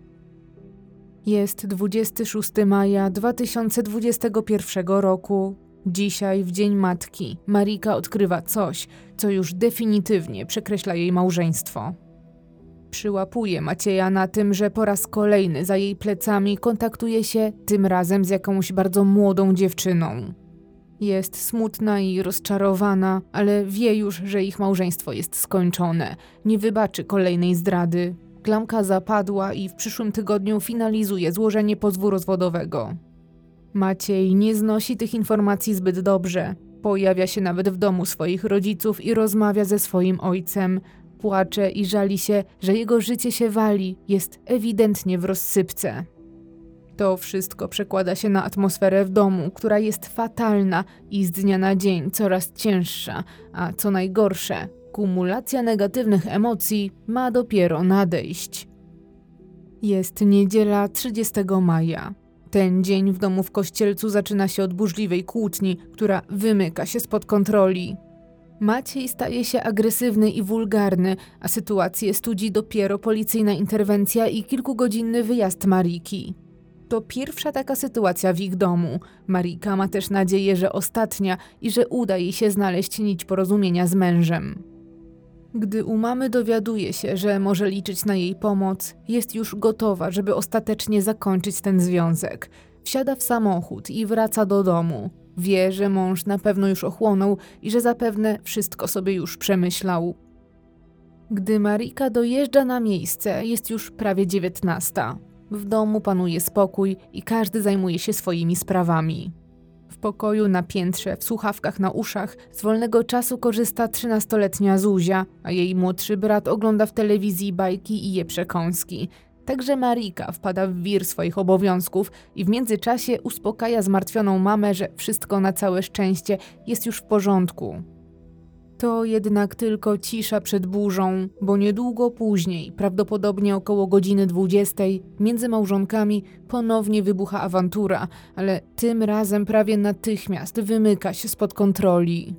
Jest dwudziestego szóstego maja dwa tysiące dwudziestego pierwszego roku. Dzisiaj, w Dzień Matki, Maryka odkrywa coś, co już definitywnie przekreśla jej małżeństwo. Przyłapuje Macieja na tym, że po raz kolejny za jej plecami kontaktuje się tym razem z jakąś bardzo młodą dziewczyną. Jest smutna i rozczarowana, ale wie już, że ich małżeństwo jest skończone. Nie wybaczy kolejnej zdrady. Klamka zapadła i w przyszłym tygodniu finalizuje złożenie pozwu rozwodowego. Maciej nie znosi tych informacji zbyt dobrze. Pojawia się nawet w domu swoich rodziców i rozmawia ze swoim ojcem. Płacze i żali się, że jego życie się wali, jest ewidentnie w rozsypce. To wszystko przekłada się na atmosferę w domu, która jest fatalna i z dnia na dzień coraz cięższa, a co najgorsze, kumulacja negatywnych emocji ma dopiero nadejść. Jest niedziela trzydziestego maja. Ten dzień w domu w Kościelcu zaczyna się od burzliwej kłótni, która wymyka się spod kontroli. Maciej staje się agresywny i wulgarny, a sytuację studzi dopiero policyjna interwencja i kilkugodzinny wyjazd Maryki. To pierwsza taka sytuacja w ich domu. Maryka ma też nadzieję, że ostatnia i że uda jej się znaleźć nić porozumienia z mężem. Gdy u mamy dowiaduje się, że może liczyć na jej pomoc, jest już gotowa, żeby ostatecznie zakończyć ten związek. Wsiada w samochód i wraca do domu. Wie, że mąż na pewno już ochłonął i że zapewne wszystko sobie już przemyślał. Gdy Maryka dojeżdża na miejsce, jest już prawie dziewiętnasta. W domu panuje spokój i każdy zajmuje się swoimi sprawami. W pokoju na piętrze, w słuchawkach na uszach, z wolnego czasu korzysta trzynastoletnia Zuzia, a jej młodszy brat ogląda w telewizji bajki i je przekąski. Także Maryka wpada w wir swoich obowiązków i w międzyczasie uspokaja zmartwioną mamę, że wszystko na całe szczęście jest już w porządku. To jednak tylko cisza przed burzą, bo niedługo później, prawdopodobnie około godziny dwudziestej, między małżonkami ponownie wybucha awantura, ale tym razem prawie natychmiast wymyka się spod kontroli.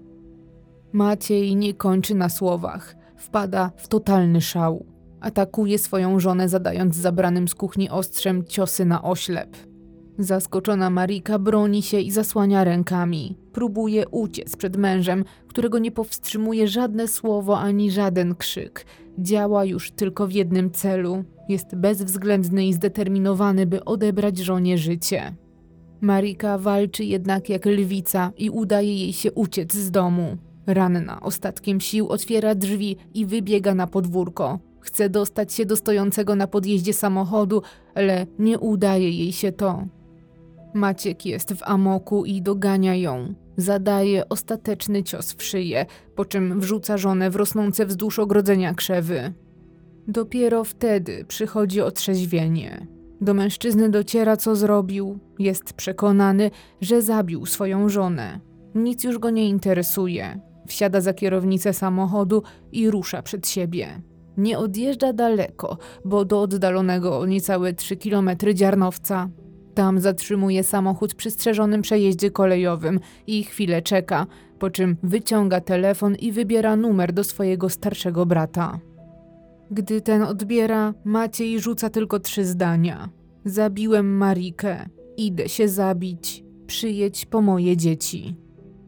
Maciej nie kończy na słowach, wpada w totalny szał. Atakuje swoją żonę, zadając zabranym z kuchni ostrzem ciosy na oślep. Zaskoczona Maryka broni się i zasłania rękami. Próbuje uciec przed mężem, którego nie powstrzymuje żadne słowo ani żaden krzyk. Działa już tylko w jednym celu. Jest bezwzględny i zdeterminowany, by odebrać żonie życie. Maryka walczy jednak jak lwica i udaje jej się uciec z domu. Ranna ostatkiem sił otwiera drzwi i wybiega na podwórko. Chce dostać się do stojącego na podjeździe samochodu, ale nie udaje jej się to. Maciek jest w amoku i dogania ją. Zadaje ostateczny cios w szyję, po czym wrzuca żonę w rosnące wzdłuż ogrodzenia krzewy. Dopiero wtedy przychodzi otrzeźwienie. Do mężczyzny dociera, co zrobił. Jest przekonany, że zabił swoją żonę. Nic już go nie interesuje. Wsiada za kierownicę samochodu i rusza przed siebie. Nie odjeżdża daleko, bo do oddalonego o niecałe trzy kilometry Dziarnowca. Tam zatrzymuje samochód przy strzeżonym przejeździe kolejowym i chwilę czeka, po czym wyciąga telefon i wybiera numer do swojego starszego brata. Gdy ten odbiera, Maciej rzuca tylko trzy zdania. Zabiłem Marikę. Idę się zabić. Przyjedź po moje dzieci.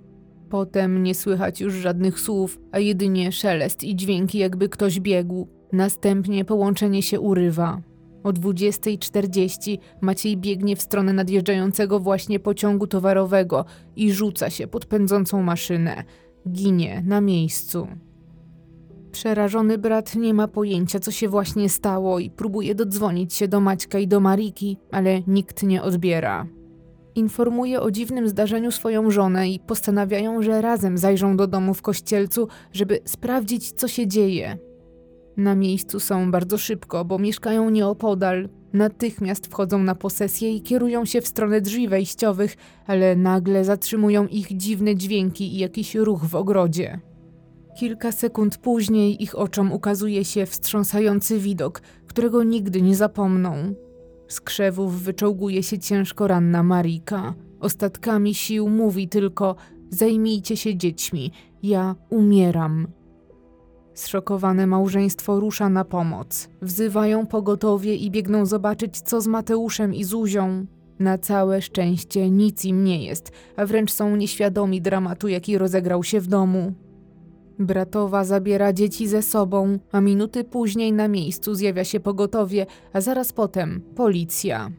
Potem nie słychać już żadnych słów, a jedynie szelest i dźwięki, jakby ktoś biegł. Następnie połączenie się urywa. O dwudziestej czterdzieści Maciej biegnie w stronę nadjeżdżającego właśnie pociągu towarowego i rzuca się pod pędzącą maszynę. Ginie na miejscu. Przerażony brat nie ma pojęcia, co się właśnie stało i próbuje dodzwonić się do Maćka i do Mariki, ale nikt nie odbiera. Informuje o dziwnym zdarzeniu swoją żonę i postanawiają, że razem zajrzą do domu w Kościelcu, żeby sprawdzić, co się dzieje. Na miejscu są bardzo szybko, bo mieszkają nieopodal. Natychmiast wchodzą na posesję i kierują się w stronę drzwi wejściowych, ale nagle zatrzymują ich dziwne dźwięki i jakiś ruch w ogrodzie. Kilka sekund później ich oczom ukazuje się wstrząsający widok, którego nigdy nie zapomną. Z krzewów wyczołguje się ciężko ranna Marika. Ostatkami sił mówi tylko: zajmijcie się dziećmi, ja umieram. Zszokowane małżeństwo rusza na pomoc. Wzywają pogotowie i biegną zobaczyć, co z Mateuszem i Zuzią. Na całe szczęście nic im nie jest, a wręcz są nieświadomi dramatu, jaki rozegrał się w domu. Bratowa zabiera dzieci ze sobą, a minuty później na miejscu zjawia się pogotowie, a zaraz potem policja.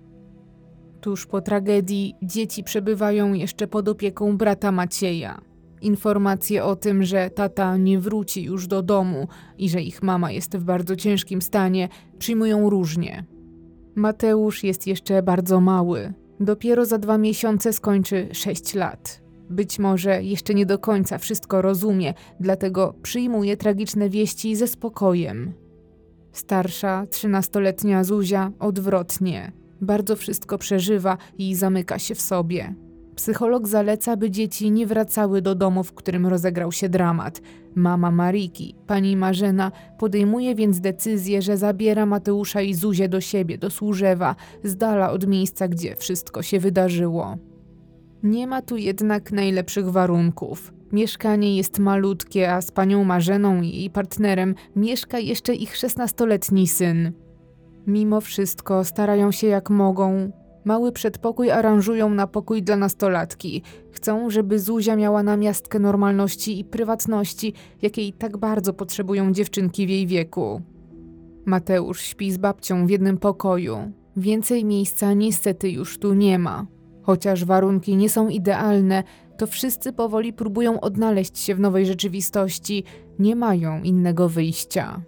Tuż po tragedii dzieci przebywają jeszcze pod opieką brata Macieja. Informacje o tym, że tata nie wróci już do domu i że ich mama jest w bardzo ciężkim stanie, przyjmują różnie. Mateusz jest jeszcze bardzo mały. Dopiero za dwa miesiące skończy sześć lat. Być może jeszcze nie do końca wszystko rozumie, dlatego przyjmuje tragiczne wieści ze spokojem. Starsza, trzynastoletnia Zuzia odwrotnie. Bardzo wszystko przeżywa i zamyka się w sobie. Psycholog zaleca, by dzieci nie wracały do domu, w którym rozegrał się dramat. Mama Mariki, pani Marzena, podejmuje więc decyzję, że zabiera Mateusza i Zuzię do siebie, do Służewa, z dala od miejsca, gdzie wszystko się wydarzyło. Nie ma tu jednak najlepszych warunków. Mieszkanie jest malutkie, a z panią Marzeną i jej partnerem mieszka jeszcze ich szesnastoletni syn. Mimo wszystko starają się jak mogą. Mały przedpokój aranżują na pokój dla nastolatki. Chcą, żeby Zuzia miała namiastkę normalności i prywatności, jakiej tak bardzo potrzebują dziewczynki w jej wieku. Mateusz śpi z babcią w jednym pokoju. Więcej miejsca niestety już tu nie ma. Chociaż warunki nie są idealne, to wszyscy powoli próbują odnaleźć się w nowej rzeczywistości. Nie mają innego wyjścia.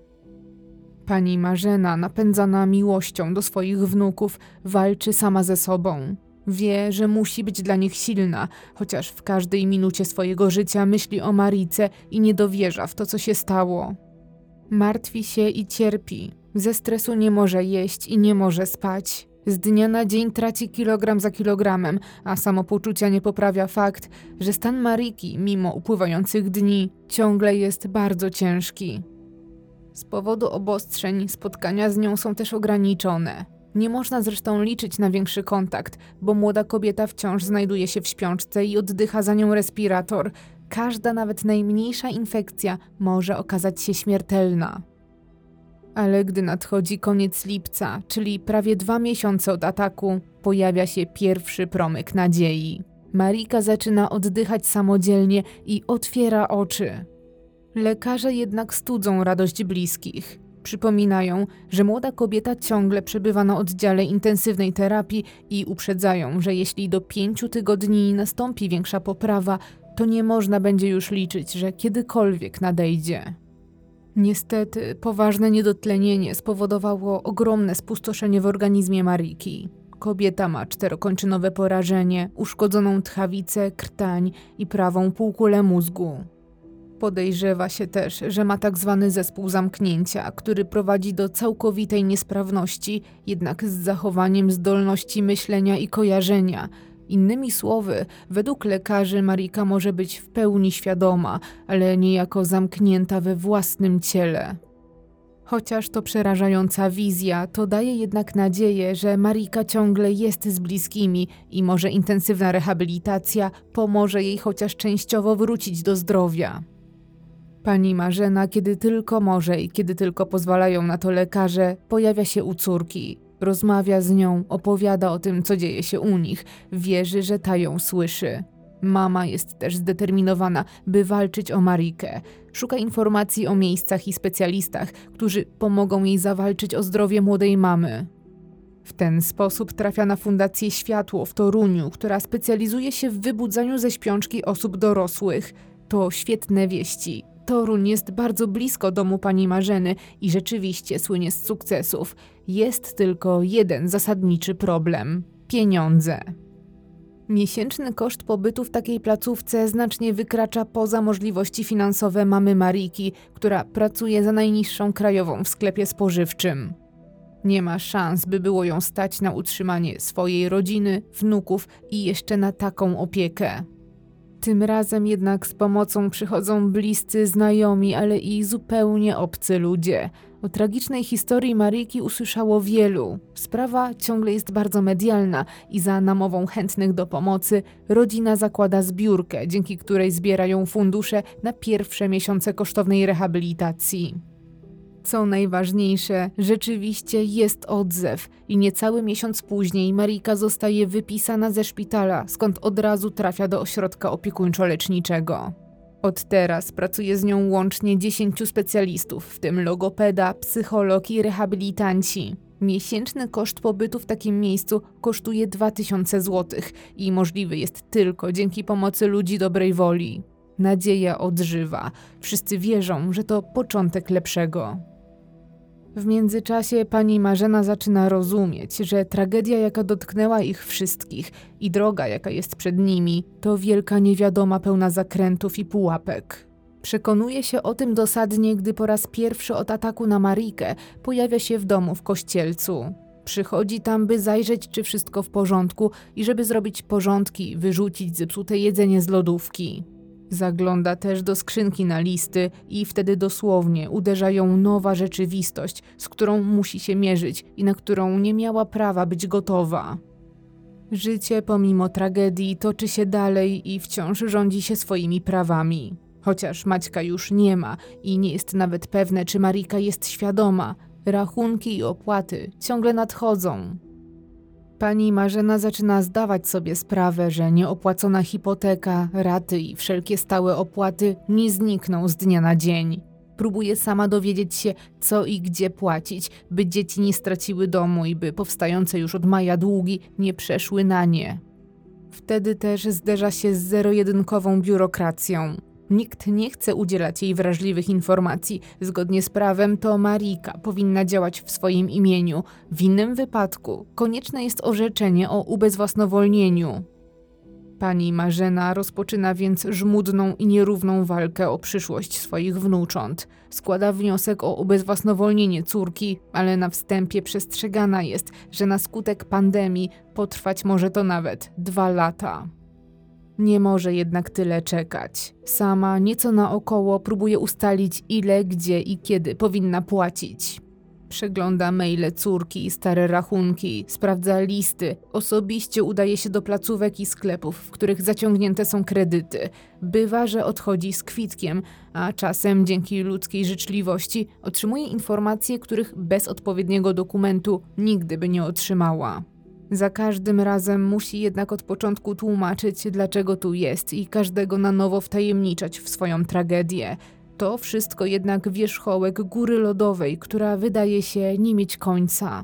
Pani Marzena, napędzana miłością do swoich wnuków, walczy sama ze sobą. Wie, że musi być dla nich silna, chociaż w każdej minucie swojego życia myśli o Marice i nie dowierza w to, co się stało. Martwi się i cierpi. Ze stresu nie może jeść i nie może spać. Z dnia na dzień traci kilogram za kilogramem, a samopoczucia nie poprawia fakt, że stan Mariki, mimo upływających dni, ciągle jest bardzo ciężki. Z powodu obostrzeń spotkania z nią są też ograniczone. Nie można zresztą liczyć na większy kontakt, bo młoda kobieta wciąż znajduje się w śpiączce i oddycha za nią respirator. Każda, nawet najmniejsza infekcja może okazać się śmiertelna. Ale gdy nadchodzi koniec lipca, czyli prawie dwa miesiące od ataku, pojawia się pierwszy promyk nadziei. Marika zaczyna oddychać samodzielnie i otwiera oczy. Lekarze jednak studzą radość bliskich. Przypominają, że młoda kobieta ciągle przebywa na oddziale intensywnej terapii i uprzedzają, że jeśli do pięciu tygodni nastąpi większa poprawa, to nie można będzie już liczyć, że kiedykolwiek nadejdzie. Niestety, poważne niedotlenienie spowodowało ogromne spustoszenie w organizmie Mariki. Kobieta ma czterokończynowe porażenie, uszkodzoną tchawicę, krtań i prawą półkulę mózgu. Podejrzewa się też, że ma tak zwany zespół zamknięcia, który prowadzi do całkowitej niesprawności, jednak z zachowaniem zdolności myślenia i kojarzenia. Innymi słowy, według lekarzy Marika może być w pełni świadoma, ale niejako zamknięta we własnym ciele. Chociaż to przerażająca wizja, to daje jednak nadzieję, że Marika ciągle jest z bliskimi i może intensywna rehabilitacja pomoże jej chociaż częściowo wrócić do zdrowia. Pani Marzena, kiedy tylko może i kiedy tylko pozwalają na to lekarze, pojawia się u córki. Rozmawia z nią, opowiada o tym, co dzieje się u nich, wierzy, że ta ją słyszy. Mama jest też zdeterminowana, by walczyć o Marikę. Szuka informacji o miejscach i specjalistach, którzy pomogą jej zawalczyć o zdrowie młodej mamy. W ten sposób trafia na Fundację Światło w Toruniu, która specjalizuje się w wybudzaniu ze śpiączki osób dorosłych. To świetne wieści. Toruń jest bardzo blisko domu pani Marzeny i rzeczywiście słynie z sukcesów. Jest tylko jeden zasadniczy problem – pieniądze. Miesięczny koszt pobytu w takiej placówce znacznie wykracza poza możliwości finansowe mamy Mariki, która pracuje za najniższą krajową w sklepie spożywczym. Nie ma szans, by było ją stać na utrzymanie swojej rodziny, wnuków i jeszcze na taką opiekę. Tym razem jednak z pomocą przychodzą bliscy, znajomi, ale i zupełnie obcy ludzie. O tragicznej historii Mariki usłyszało wielu. Sprawa ciągle jest bardzo medialna i za namową chętnych do pomocy rodzina zakłada zbiórkę, dzięki której zbierają fundusze na pierwsze miesiące kosztownej rehabilitacji. Co najważniejsze, rzeczywiście jest odzew i niecały miesiąc później Marika zostaje wypisana ze szpitala, skąd od razu trafia do ośrodka opiekuńczo-leczniczego. Od teraz pracuje z nią łącznie dziesięciu specjalistów, w tym logopeda, psycholog i rehabilitanci. Miesięczny koszt pobytu w takim miejscu kosztuje dwa tysiące złotych i możliwy jest tylko dzięki pomocy ludzi dobrej woli. Nadzieja odżywa. Wszyscy wierzą, że to początek lepszego. W międzyczasie pani Marzena zaczyna rozumieć, że tragedia, jaka dotknęła ich wszystkich i droga, jaka jest przed nimi, to wielka niewiadoma pełna zakrętów i pułapek. Przekonuje się o tym dosadnie, gdy po raz pierwszy od ataku na Marikę pojawia się w domu w Kościelcu. Przychodzi tam, by zajrzeć, czy wszystko w porządku i żeby zrobić porządki, wyrzucić zepsute jedzenie z lodówki. Zagląda też do skrzynki na listy i wtedy dosłownie uderza ją nowa rzeczywistość, z którą musi się mierzyć i na którą nie miała prawa być gotowa. Życie pomimo tragedii toczy się dalej i wciąż rządzi się swoimi prawami. Chociaż Maćka już nie ma i nie jest nawet pewne, czy Marika jest świadoma, rachunki i opłaty ciągle nadchodzą. Pani Marzena zaczyna zdawać sobie sprawę, że nieopłacona hipoteka, raty i wszelkie stałe opłaty nie znikną z dnia na dzień. Próbuje sama dowiedzieć się, co i gdzie płacić, by dzieci nie straciły domu i by powstające już od maja długi nie przeszły na nie. Wtedy też zderza się z zero-jedynkową biurokracją. Nikt nie chce udzielać jej wrażliwych informacji. Zgodnie z prawem to Marika powinna działać w swoim imieniu. W innym wypadku konieczne jest orzeczenie o ubezwłasnowolnieniu. Pani Marzena rozpoczyna więc żmudną i nierówną walkę o przyszłość swoich wnucząt. Składa wniosek o ubezwłasnowolnienie córki, ale na wstępie przestrzegana jest, że na skutek pandemii potrwać może to nawet dwa lata. Nie może jednak tyle czekać. Sama nieco naokoło próbuje ustalić, ile, gdzie i kiedy powinna płacić. Przegląda maile córki i stare rachunki, sprawdza listy, osobiście udaje się do placówek i sklepów, w których zaciągnięte są kredyty. Bywa, że odchodzi z kwitkiem, a czasem dzięki ludzkiej życzliwości otrzymuje informacje, których bez odpowiedniego dokumentu nigdy by nie otrzymała. Za każdym razem musi jednak od początku tłumaczyć, dlaczego tu jest i każdego na nowo wtajemniczać w swoją tragedię. To wszystko jednak wierzchołek góry lodowej, która wydaje się nie mieć końca.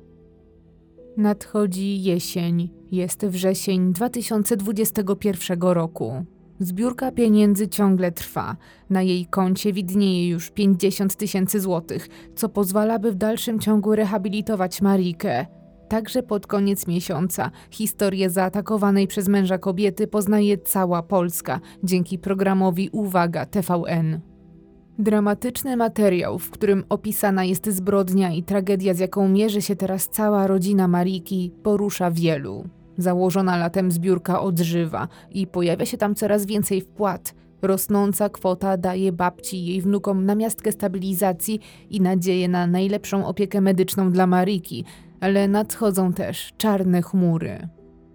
Nadchodzi jesień. Jest wrzesień dwa tysiące dwudziestego pierwszego roku. Zbiórka pieniędzy ciągle trwa. Na jej koncie widnieje już pięćdziesiąt tysięcy złotych, co pozwala, by w dalszym ciągu rehabilitować Marikę. Także pod koniec miesiąca historię zaatakowanej przez męża kobiety poznaje cała Polska dzięki programowi Uwaga T V N. Dramatyczny materiał, w którym opisana jest zbrodnia i tragedia, z jaką mierzy się teraz cała rodzina Mariki, porusza wielu. Założona latem zbiórka odżywa i pojawia się tam coraz więcej wpłat. Rosnąca kwota daje babci i jej wnukom namiastkę stabilizacji i nadzieję na najlepszą opiekę medyczną dla Mariki, ale nadchodzą też czarne chmury.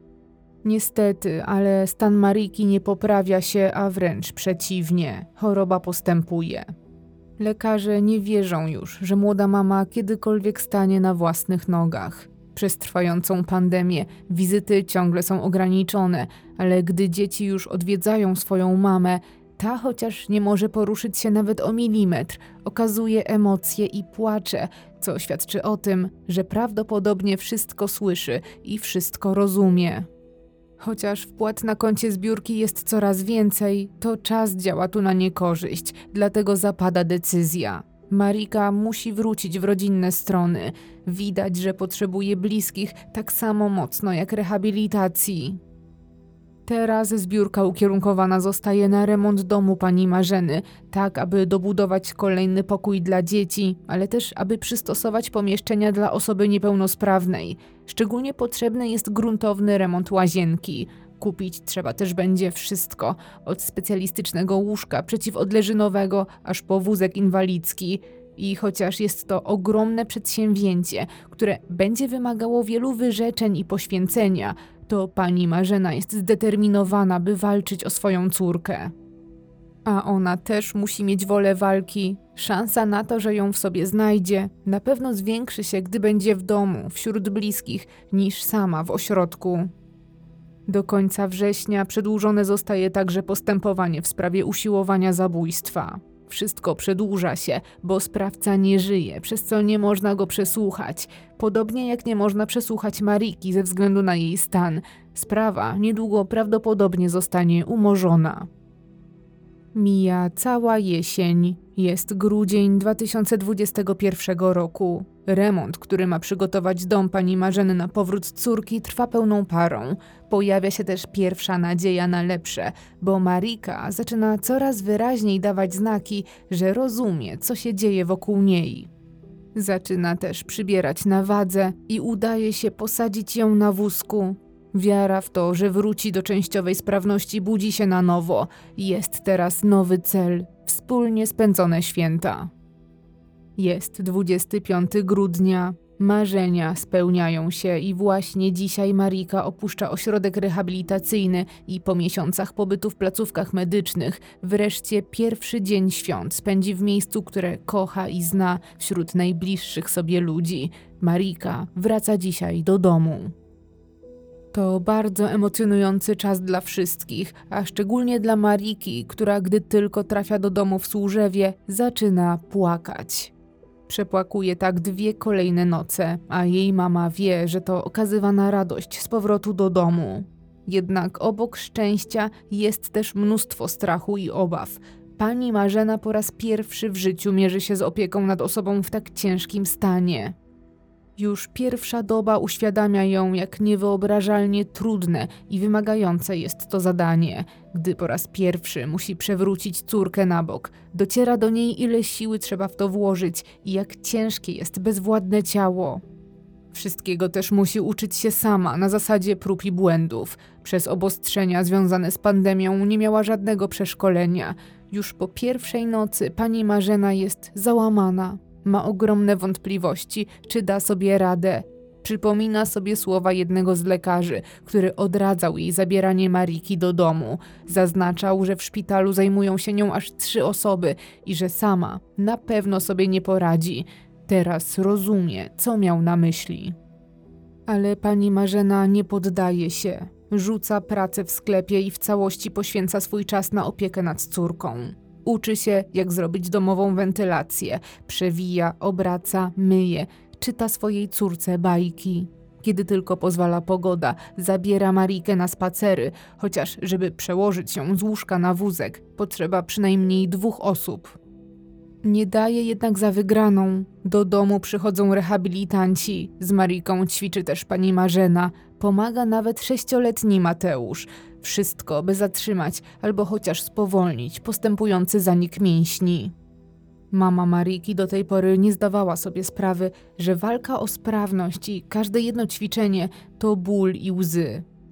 Niestety, ale stan Mariki nie poprawia się, a wręcz przeciwnie. Choroba postępuje. Lekarze nie wierzą już, że młoda mama kiedykolwiek stanie na własnych nogach. Przez trwającą pandemię wizyty ciągle są ograniczone, ale gdy dzieci już odwiedzają swoją mamę, ta chociaż nie może poruszyć się nawet o milimetr, okazuje emocje i płacze, co świadczy o tym, że prawdopodobnie wszystko słyszy i wszystko rozumie. Chociaż wpłat na koncie zbiórki jest coraz więcej, to czas działa tu na niekorzyść, dlatego zapada decyzja. Marika musi wrócić w rodzinne strony. Widać, że potrzebuje bliskich tak samo mocno jak rehabilitacji. Teraz zbiórka ukierunkowana zostaje na remont domu pani Marzeny, tak aby dobudować kolejny pokój dla dzieci, ale też aby przystosować pomieszczenia dla osoby niepełnosprawnej. Szczególnie potrzebny jest gruntowny remont łazienki. Kupić trzeba też będzie wszystko, od specjalistycznego łóżka przeciwodleżynowego aż po wózek inwalidzki. I chociaż jest to ogromne przedsięwzięcie, które będzie wymagało wielu wyrzeczeń i poświęcenia, to pani Marzena jest zdeterminowana, by walczyć o swoją córkę. A ona też musi mieć wolę walki. Szansa na to, że ją w sobie znajdzie, na pewno zwiększy się, gdy będzie w domu, wśród bliskich, niż sama w ośrodku. Do końca września przedłużone zostaje także postępowanie w sprawie usiłowania zabójstwa. Wszystko przedłuża się, bo sprawca nie żyje, przez co nie można go przesłuchać. Podobnie jak nie można przesłuchać Mariki ze względu na jej stan. Sprawa niedługo prawdopodobnie zostanie umorzona. Mija cała jesień. Jest grudzień dwa tysiące dwudziestego pierwszego roku. Remont, który ma przygotować dom pani Marzeny na powrót córki, trwa pełną parą. Pojawia się też pierwsza nadzieja na lepsze, bo Marika zaczyna coraz wyraźniej dawać znaki, że rozumie, co się dzieje wokół niej. Zaczyna też przybierać na wadze i udaje się posadzić ją na wózku. Wiara w to, że wróci do częściowej sprawności, budzi się na nowo. Jest teraz nowy cel – wspólnie spędzone święta. Jest dwudziestego piątego grudnia. Marzenia spełniają się i właśnie dzisiaj Marika opuszcza ośrodek rehabilitacyjny i po miesiącach pobytu w placówkach medycznych wreszcie pierwszy dzień świąt spędzi w miejscu, które kocha i zna, wśród najbliższych sobie ludzi. Marika wraca dzisiaj do domu. To bardzo emocjonujący czas dla wszystkich, a szczególnie dla Mariki, która gdy tylko trafia do domu w Służewie, zaczyna płakać. Przepłakuje tak dwie kolejne noce, a jej mama wie, że to okazywana radość z powrotu do domu. Jednak obok szczęścia jest też mnóstwo strachu i obaw. Pani Marzena po raz pierwszy w życiu mierzy się z opieką nad osobą w tak ciężkim stanie. Już pierwsza doba uświadamia ją, jak niewyobrażalnie trudne i wymagające jest to zadanie. Gdy po raz pierwszy musi przewrócić córkę na bok, dociera do niej, ile siły trzeba w to włożyć i jak ciężkie jest bezwładne ciało. Wszystkiego też musi uczyć się sama, na zasadzie prób i błędów. Przez obostrzenia związane z pandemią nie miała żadnego przeszkolenia. Już po pierwszej nocy pani Marzena jest załamana. Ma ogromne wątpliwości, czy da sobie radę. Przypomina sobie słowa jednego z lekarzy, który odradzał jej zabieranie Mariki do domu. Zaznaczał, że w szpitalu zajmują się nią aż trzy osoby i że sama na pewno sobie nie poradzi. Teraz rozumie, co miał na myśli. Ale pani Marzena nie poddaje się. Rzuca pracę w sklepie i w całości poświęca swój czas na opiekę nad córką. Uczy się, jak zrobić domową wentylację, przewija, obraca, myje, czyta swojej córce bajki. Kiedy tylko pozwala pogoda, zabiera Marikę na spacery, chociaż żeby przełożyć ją z łóżka na wózek, potrzeba przynajmniej dwóch osób. Nie daje jednak za wygraną. Do domu przychodzą rehabilitanci. Z Mariką ćwiczy też pani Marzena. Pomaga nawet sześcioletni Mateusz. Wszystko, by zatrzymać albo chociaż spowolnić postępujący zanik mięśni. Mama Mariki do tej pory nie zdawała sobie sprawy, że walka o sprawność i każde jedno ćwiczenie to ból i łzy.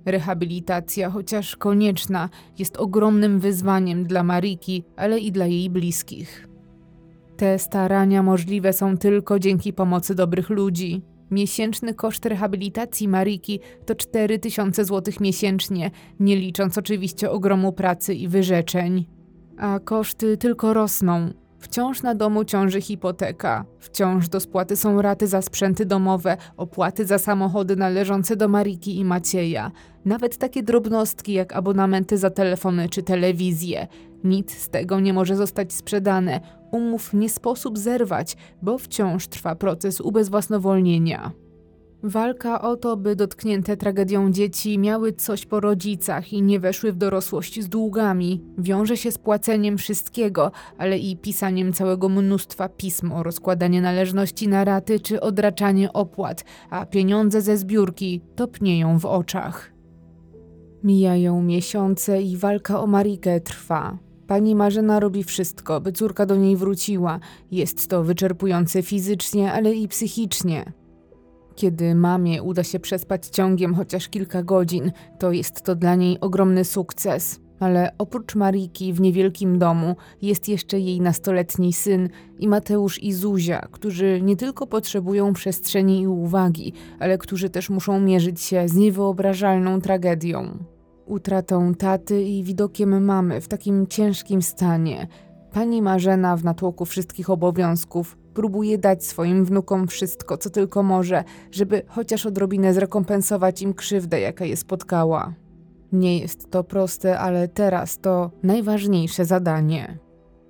Rehabilitacja, chociaż konieczna, jest ogromnym wyzwaniem dla Mariki, ale i dla jej bliskich. Te starania możliwe są tylko dzięki pomocy dobrych ludzi. Miesięczny koszt rehabilitacji Mariki to cztery tysiące złotych miesięcznie, nie licząc oczywiście ogromu pracy i wyrzeczeń. A koszty tylko rosną. Wciąż na domu ciąży hipoteka, wciąż do spłaty są raty za sprzęty domowe, opłaty za samochody należące do Mariki i Macieja, nawet takie drobnostki jak abonamenty za telefony czy telewizję. Nic z tego nie może zostać sprzedane, umów nie sposób zerwać, bo wciąż trwa proces ubezwłasnowolnienia. Walka o to, by dotknięte tragedią dzieci miały coś po rodzicach i nie weszły w dorosłość z długami, wiąże się z płaceniem wszystkiego, ale i pisaniem całego mnóstwa pism o rozkładanie należności na raty czy odraczanie opłat, a pieniądze ze zbiórki topnieją w oczach. Mijają miesiące i walka o Marikę trwa. Pani Marzena robi wszystko, by córka do niej wróciła. Jest to wyczerpujące fizycznie, ale i psychicznie. Kiedy mamie uda się przespać ciągiem chociaż kilka godzin, to jest to dla niej ogromny sukces. Ale oprócz Mariki w niewielkim domu jest jeszcze jej nastoletni syn i Mateusz i Zuzia, którzy nie tylko potrzebują przestrzeni i uwagi, ale którzy też muszą mierzyć się z niewyobrażalną tragedią. Utratą taty i widokiem mamy w takim ciężkim stanie. Pani Marzena w natłoku wszystkich obowiązków próbuje dać swoim wnukom wszystko, co tylko może, żeby chociaż odrobinę zrekompensować im krzywdę, jaka je spotkała. Nie jest to proste, ale teraz to najważniejsze zadanie.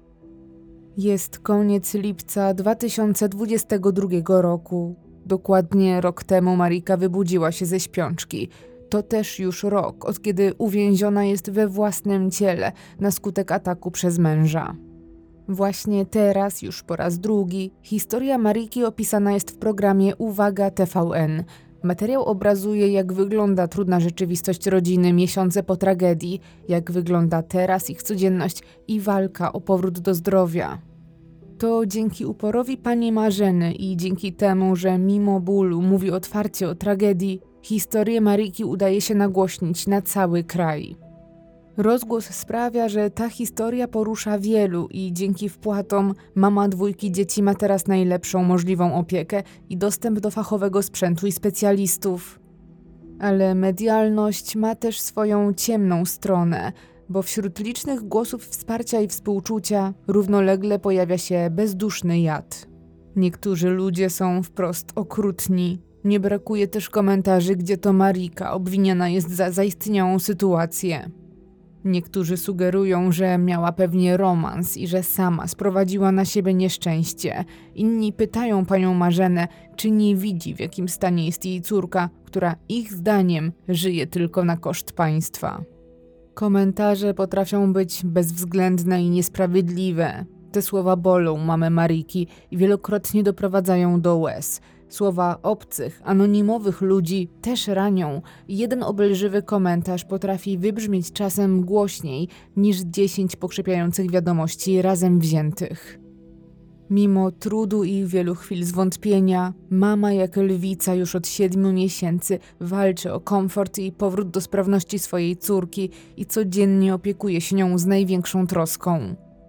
Jest koniec lipca dwa tysiące dwudziestego drugiego roku. Dokładnie rok temu Marika wybudziła się ze śpiączki. To też już rok, od kiedy uwięziona jest we własnym ciele na skutek ataku przez męża. Właśnie teraz, już po raz drugi, historia Mariki opisana jest w programie Uwaga T V N. Materiał obrazuje, jak wygląda trudna rzeczywistość rodziny miesiące po tragedii, jak wygląda teraz ich codzienność i walka o powrót do zdrowia. To dzięki uporowi pani Marzeny i dzięki temu, że mimo bólu mówi otwarcie o tragedii, historię Mariki udaje się nagłośnić na cały kraj. Rozgłos sprawia, że ta historia porusza wielu i dzięki wpłatom mama dwójki dzieci ma teraz najlepszą możliwą opiekę i dostęp do fachowego sprzętu i specjalistów. Ale medialność ma też swoją ciemną stronę, bo wśród licznych głosów wsparcia i współczucia równolegle pojawia się bezduszny jad. Niektórzy ludzie są wprost okrutni. Nie brakuje też komentarzy, gdzie to Marika obwiniana jest za zaistniałą sytuację. Niektórzy sugerują, że miała pewnie romans i że sama sprowadziła na siebie nieszczęście. Inni pytają panią Marzenę, czy nie widzi, w jakim stanie jest jej córka, która ich zdaniem żyje tylko na koszt państwa. Komentarze potrafią być bezwzględne i niesprawiedliwe. Te słowa bolą mamę Mariki i wielokrotnie doprowadzają do łez. Słowa obcych, anonimowych ludzi też ranią i jeden obelżywy komentarz potrafi wybrzmieć czasem głośniej niż dziesięć pokrzepiających wiadomości razem wziętych. Mimo trudu i wielu chwil zwątpienia, mama jak lwica już od siedmiu miesięcy walczy o komfort i powrót do sprawności swojej córki i codziennie opiekuje się nią z największą troską.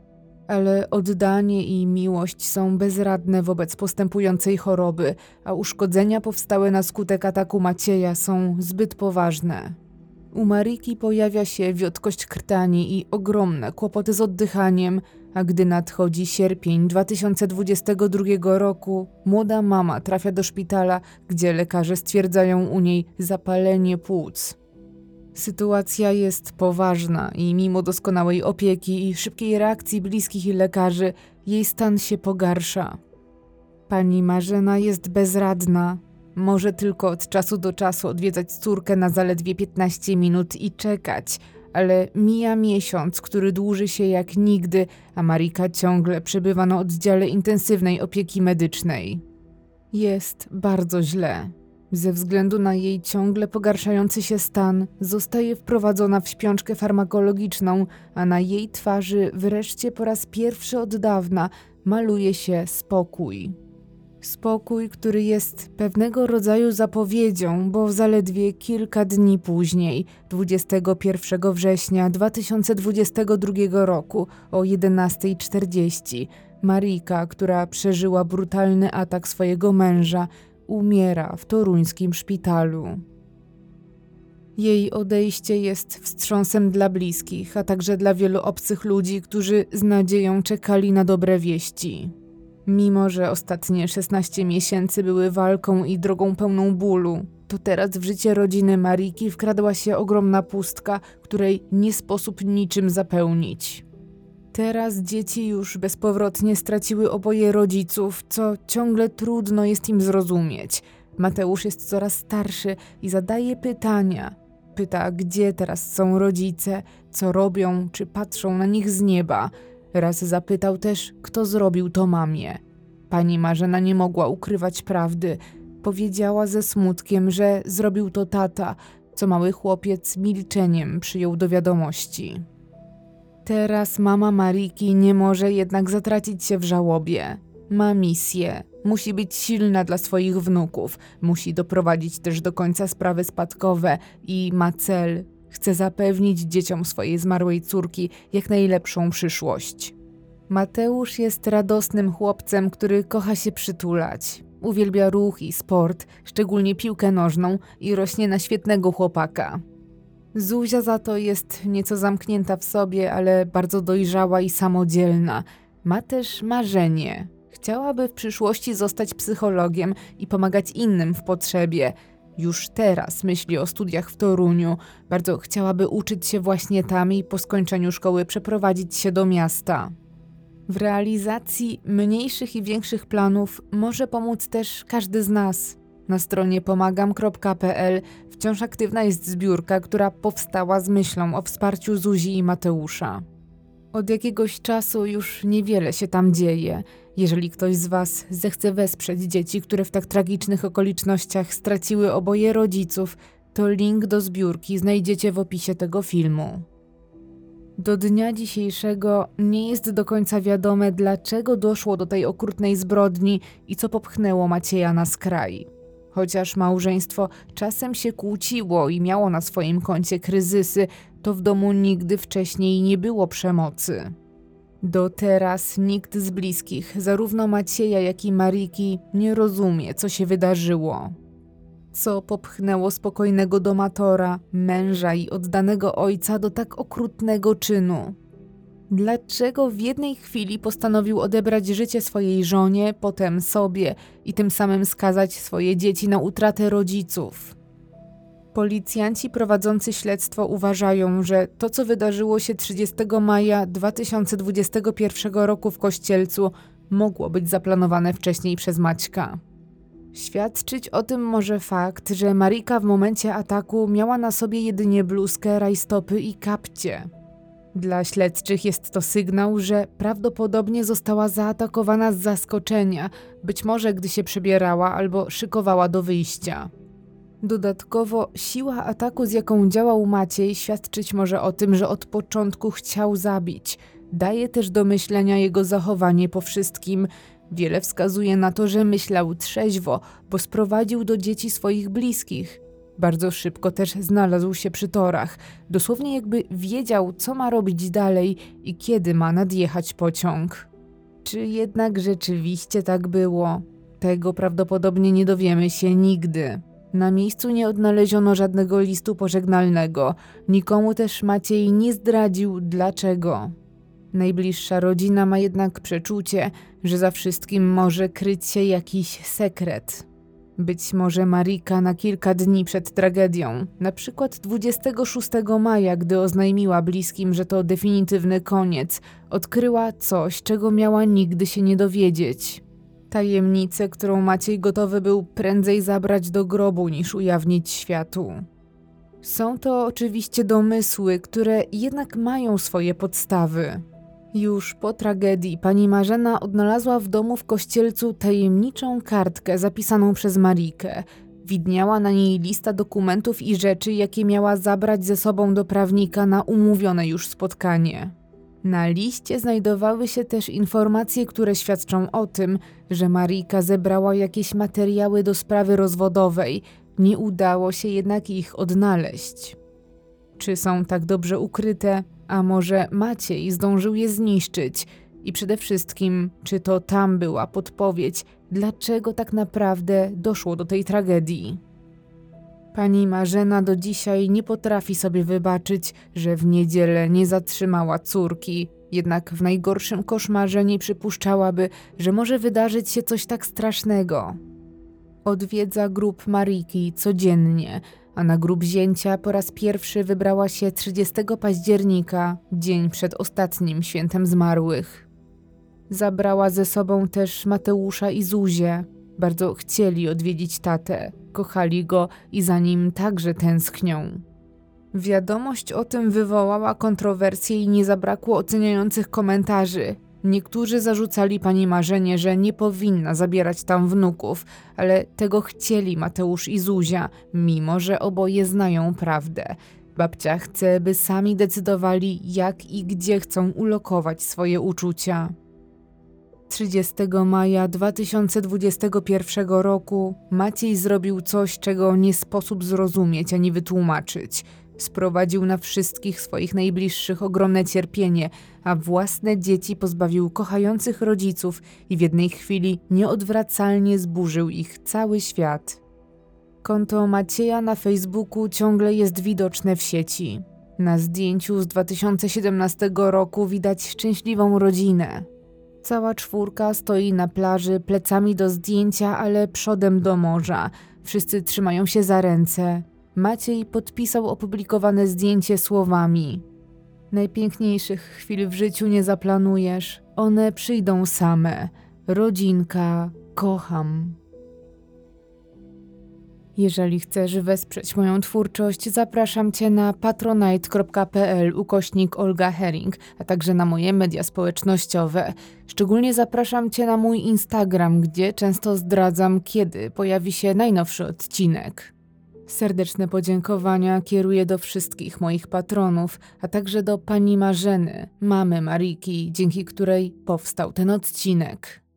Ale oddanie i miłość są bezradne wobec postępującej choroby, a uszkodzenia powstałe na skutek ataku Macieja są zbyt poważne. U Mariki pojawia się wiotkość krtani i ogromne kłopoty z oddychaniem, a gdy nadchodzi sierpień dwa tysiące dwudziestego drugiego roku, młoda mama trafia do szpitala, gdzie lekarze stwierdzają u niej zapalenie płuc. Sytuacja jest poważna i mimo doskonałej opieki i szybkiej reakcji bliskich i lekarzy, jej stan się pogarsza. Pani Marzena jest bezradna. Może tylko od czasu do czasu odwiedzać córkę na zaledwie piętnaście minut i czekać, ale mija miesiąc, który dłuży się jak nigdy, a Marika ciągle przebywa na oddziale intensywnej opieki medycznej. Jest bardzo źle. Ze względu na jej ciągle pogarszający się stan, zostaje wprowadzona w śpiączkę farmakologiczną, a na jej twarzy wreszcie po raz pierwszy od dawna maluje się spokój. Spokój, który jest pewnego rodzaju zapowiedzią, bo zaledwie kilka dni później, dwudziestego pierwszego września dwa tysiące dwudziestego drugiego roku o jedenasta czterdzieści, Marika, która przeżyła brutalny atak swojego męża, umiera w toruńskim szpitalu. Jej odejście jest wstrząsem dla bliskich, a także dla wielu obcych ludzi, którzy z nadzieją czekali na dobre wieści. Mimo że ostatnie szesnaście miesięcy były walką i drogą pełną bólu, to teraz w życie rodziny Mariki wkradła się ogromna pustka, której nie sposób niczym zapełnić. Teraz dzieci już bezpowrotnie straciły oboje rodziców, co ciągle trudno jest im zrozumieć. Mateusz jest coraz starszy i zadaje pytania. Pyta, gdzie teraz są rodzice, co robią, czy patrzą na nich z nieba. Raz zapytał też, kto zrobił to mamie. Pani Marzena nie mogła ukrywać prawdy. Powiedziała ze smutkiem, że zrobił to tata, co mały chłopiec milczeniem przyjął do wiadomości. Teraz mama Mariki nie może jednak zatracić się w żałobie. Ma misję. Musi być silna dla swoich wnuków. Musi doprowadzić też do końca sprawy spadkowe i ma cel. Chce zapewnić dzieciom swojej zmarłej córki jak najlepszą przyszłość. Mateusz jest radosnym chłopcem, który kocha się przytulać. Uwielbia ruch i sport, szczególnie piłkę nożną i rośnie na świetnego chłopaka. Zuzia za to jest nieco zamknięta w sobie, ale bardzo dojrzała i samodzielna. Ma też marzenie. Chciałaby w przyszłości zostać psychologiem i pomagać innym w potrzebie. Już teraz myśli o studiach w Toruniu. Bardzo chciałaby uczyć się właśnie tam i po skończeniu szkoły przeprowadzić się do miasta. W realizacji mniejszych i większych planów może pomóc też każdy z nas. Na stronie pomagam kropka pe el wciąż aktywna jest zbiórka, która powstała z myślą o wsparciu Zuzi i Mateusza. Od jakiegoś czasu już niewiele się tam dzieje. Jeżeli ktoś z Was zechce wesprzeć dzieci, które w tak tragicznych okolicznościach straciły oboje rodziców, to link do zbiórki znajdziecie w opisie tego filmu. Do dnia dzisiejszego nie jest do końca wiadome, dlaczego doszło do tej okrutnej zbrodni i co popchnęło Macieja na skraj. Chociaż małżeństwo czasem się kłóciło i miało na swoim koncie kryzysy, to w domu nigdy wcześniej nie było przemocy. Do teraz nikt z bliskich, zarówno Macieja, jak i Mariki, nie rozumie, co się wydarzyło. Co popchnęło spokojnego domatora, męża i oddanego ojca do tak okrutnego czynu? Dlaczego w jednej chwili postanowił odebrać życie swojej żonie, potem sobie i tym samym skazać swoje dzieci na utratę rodziców? Policjanci prowadzący śledztwo uważają, że to, co wydarzyło się trzydziestego maja dwa tysiące dwudziestego pierwszego roku w Kościelcu, mogło być zaplanowane wcześniej przez Maćka. Świadczyć o tym może fakt, że Marika w momencie ataku miała na sobie jedynie bluzkę, rajstopy i kapcie. Dla śledczych jest to sygnał, że prawdopodobnie została zaatakowana z zaskoczenia, być może gdy się przebierała albo szykowała do wyjścia. Dodatkowo siła ataku, z jaką działał Maciej, świadczyć może o tym, że od początku chciał zabić. Daje też do myślenia jego zachowanie po wszystkim. Wiele wskazuje na to, że myślał trzeźwo, bo sprowadził do dzieci swoich bliskich. Bardzo szybko też znalazł się przy torach. Dosłownie jakby wiedział, co ma robić dalej i kiedy ma nadjechać pociąg. Czy jednak rzeczywiście tak było? Tego prawdopodobnie nie dowiemy się nigdy. Na miejscu nie odnaleziono żadnego listu pożegnalnego. Nikomu też Maciej nie zdradził dlaczego. Najbliższa rodzina ma jednak przeczucie, że za wszystkim może kryć się jakiś sekret. Być może Marika na kilka dni przed tragedią, na przykład dwudziestego szóstego maja, gdy oznajmiła bliskim, że to definitywny koniec, odkryła coś, czego miała nigdy się nie dowiedzieć. Tajemnicę, którą Maciej gotowy był prędzej zabrać do grobu niż ujawnić światu. Są to oczywiście domysły, które jednak mają swoje podstawy. Już po tragedii pani Marzena odnalazła w domu w Kościelcu tajemniczą kartkę zapisaną przez Marikę. Widniała na niej lista dokumentów i rzeczy, jakie miała zabrać ze sobą do prawnika na umówione już spotkanie. Na liście znajdowały się też informacje, które świadczą o tym, że Marika zebrała jakieś materiały do sprawy rozwodowej. Nie udało się jednak ich odnaleźć. Czy są tak dobrze ukryte? A może Maciej zdążył je zniszczyć? I przede wszystkim, czy to tam była podpowiedź, dlaczego tak naprawdę doszło do tej tragedii? Pani Marzena do dzisiaj nie potrafi sobie wybaczyć, że w niedzielę nie zatrzymała córki, jednak w najgorszym koszmarze nie przypuszczałaby, że może wydarzyć się coś tak strasznego. Odwiedza grób Mariki codziennie, a na grób zięcia po raz pierwszy wybrała się trzydziestego października, dzień przed ostatnim świętem zmarłych. Zabrała ze sobą też Mateusza i Zuzię. Bardzo chcieli odwiedzić tatę, kochali go i za nim także tęsknią. Wiadomość o tym wywołała kontrowersje i nie zabrakło oceniających komentarzy. Niektórzy zarzucali pani Marzenie, że nie powinna zabierać tam wnuków, ale tego chcieli Mateusz i Zuzia, mimo że oboje znają prawdę. Babcia chce, by sami decydowali, jak i gdzie chcą ulokować swoje uczucia. trzydziestego maja dwa tysiące dwudziestego pierwszego roku Maciej zrobił coś, czego nie sposób zrozumieć ani wytłumaczyć. Sprowadził na wszystkich swoich najbliższych ogromne cierpienie, a własne dzieci pozbawił kochających rodziców i w jednej chwili nieodwracalnie zburzył ich cały świat. Konto Macieja na Facebooku ciągle jest widoczne w sieci. Na zdjęciu z dwa tysiące siedemnastego roku widać szczęśliwą rodzinę. Cała czwórka stoi na plaży plecami do zdjęcia, ale przodem do morza. Wszyscy trzymają się za ręce. Maciej podpisał opublikowane zdjęcie słowami: najpiękniejszych chwil w życiu nie zaplanujesz, one przyjdą same. Rodzinka, kocham. Jeżeli chcesz wesprzeć moją twórczość, zapraszam Cię na patronite kropka pl ukośnik Olga Hering, a także na moje media społecznościowe. Szczególnie zapraszam Cię na mój Instagram, gdzie często zdradzam, kiedy pojawi się najnowszy odcinek. Serdeczne podziękowania kieruję do wszystkich moich patronów, a także do pani Marzeny, mamy Mariki, dzięki której powstał ten odcinek.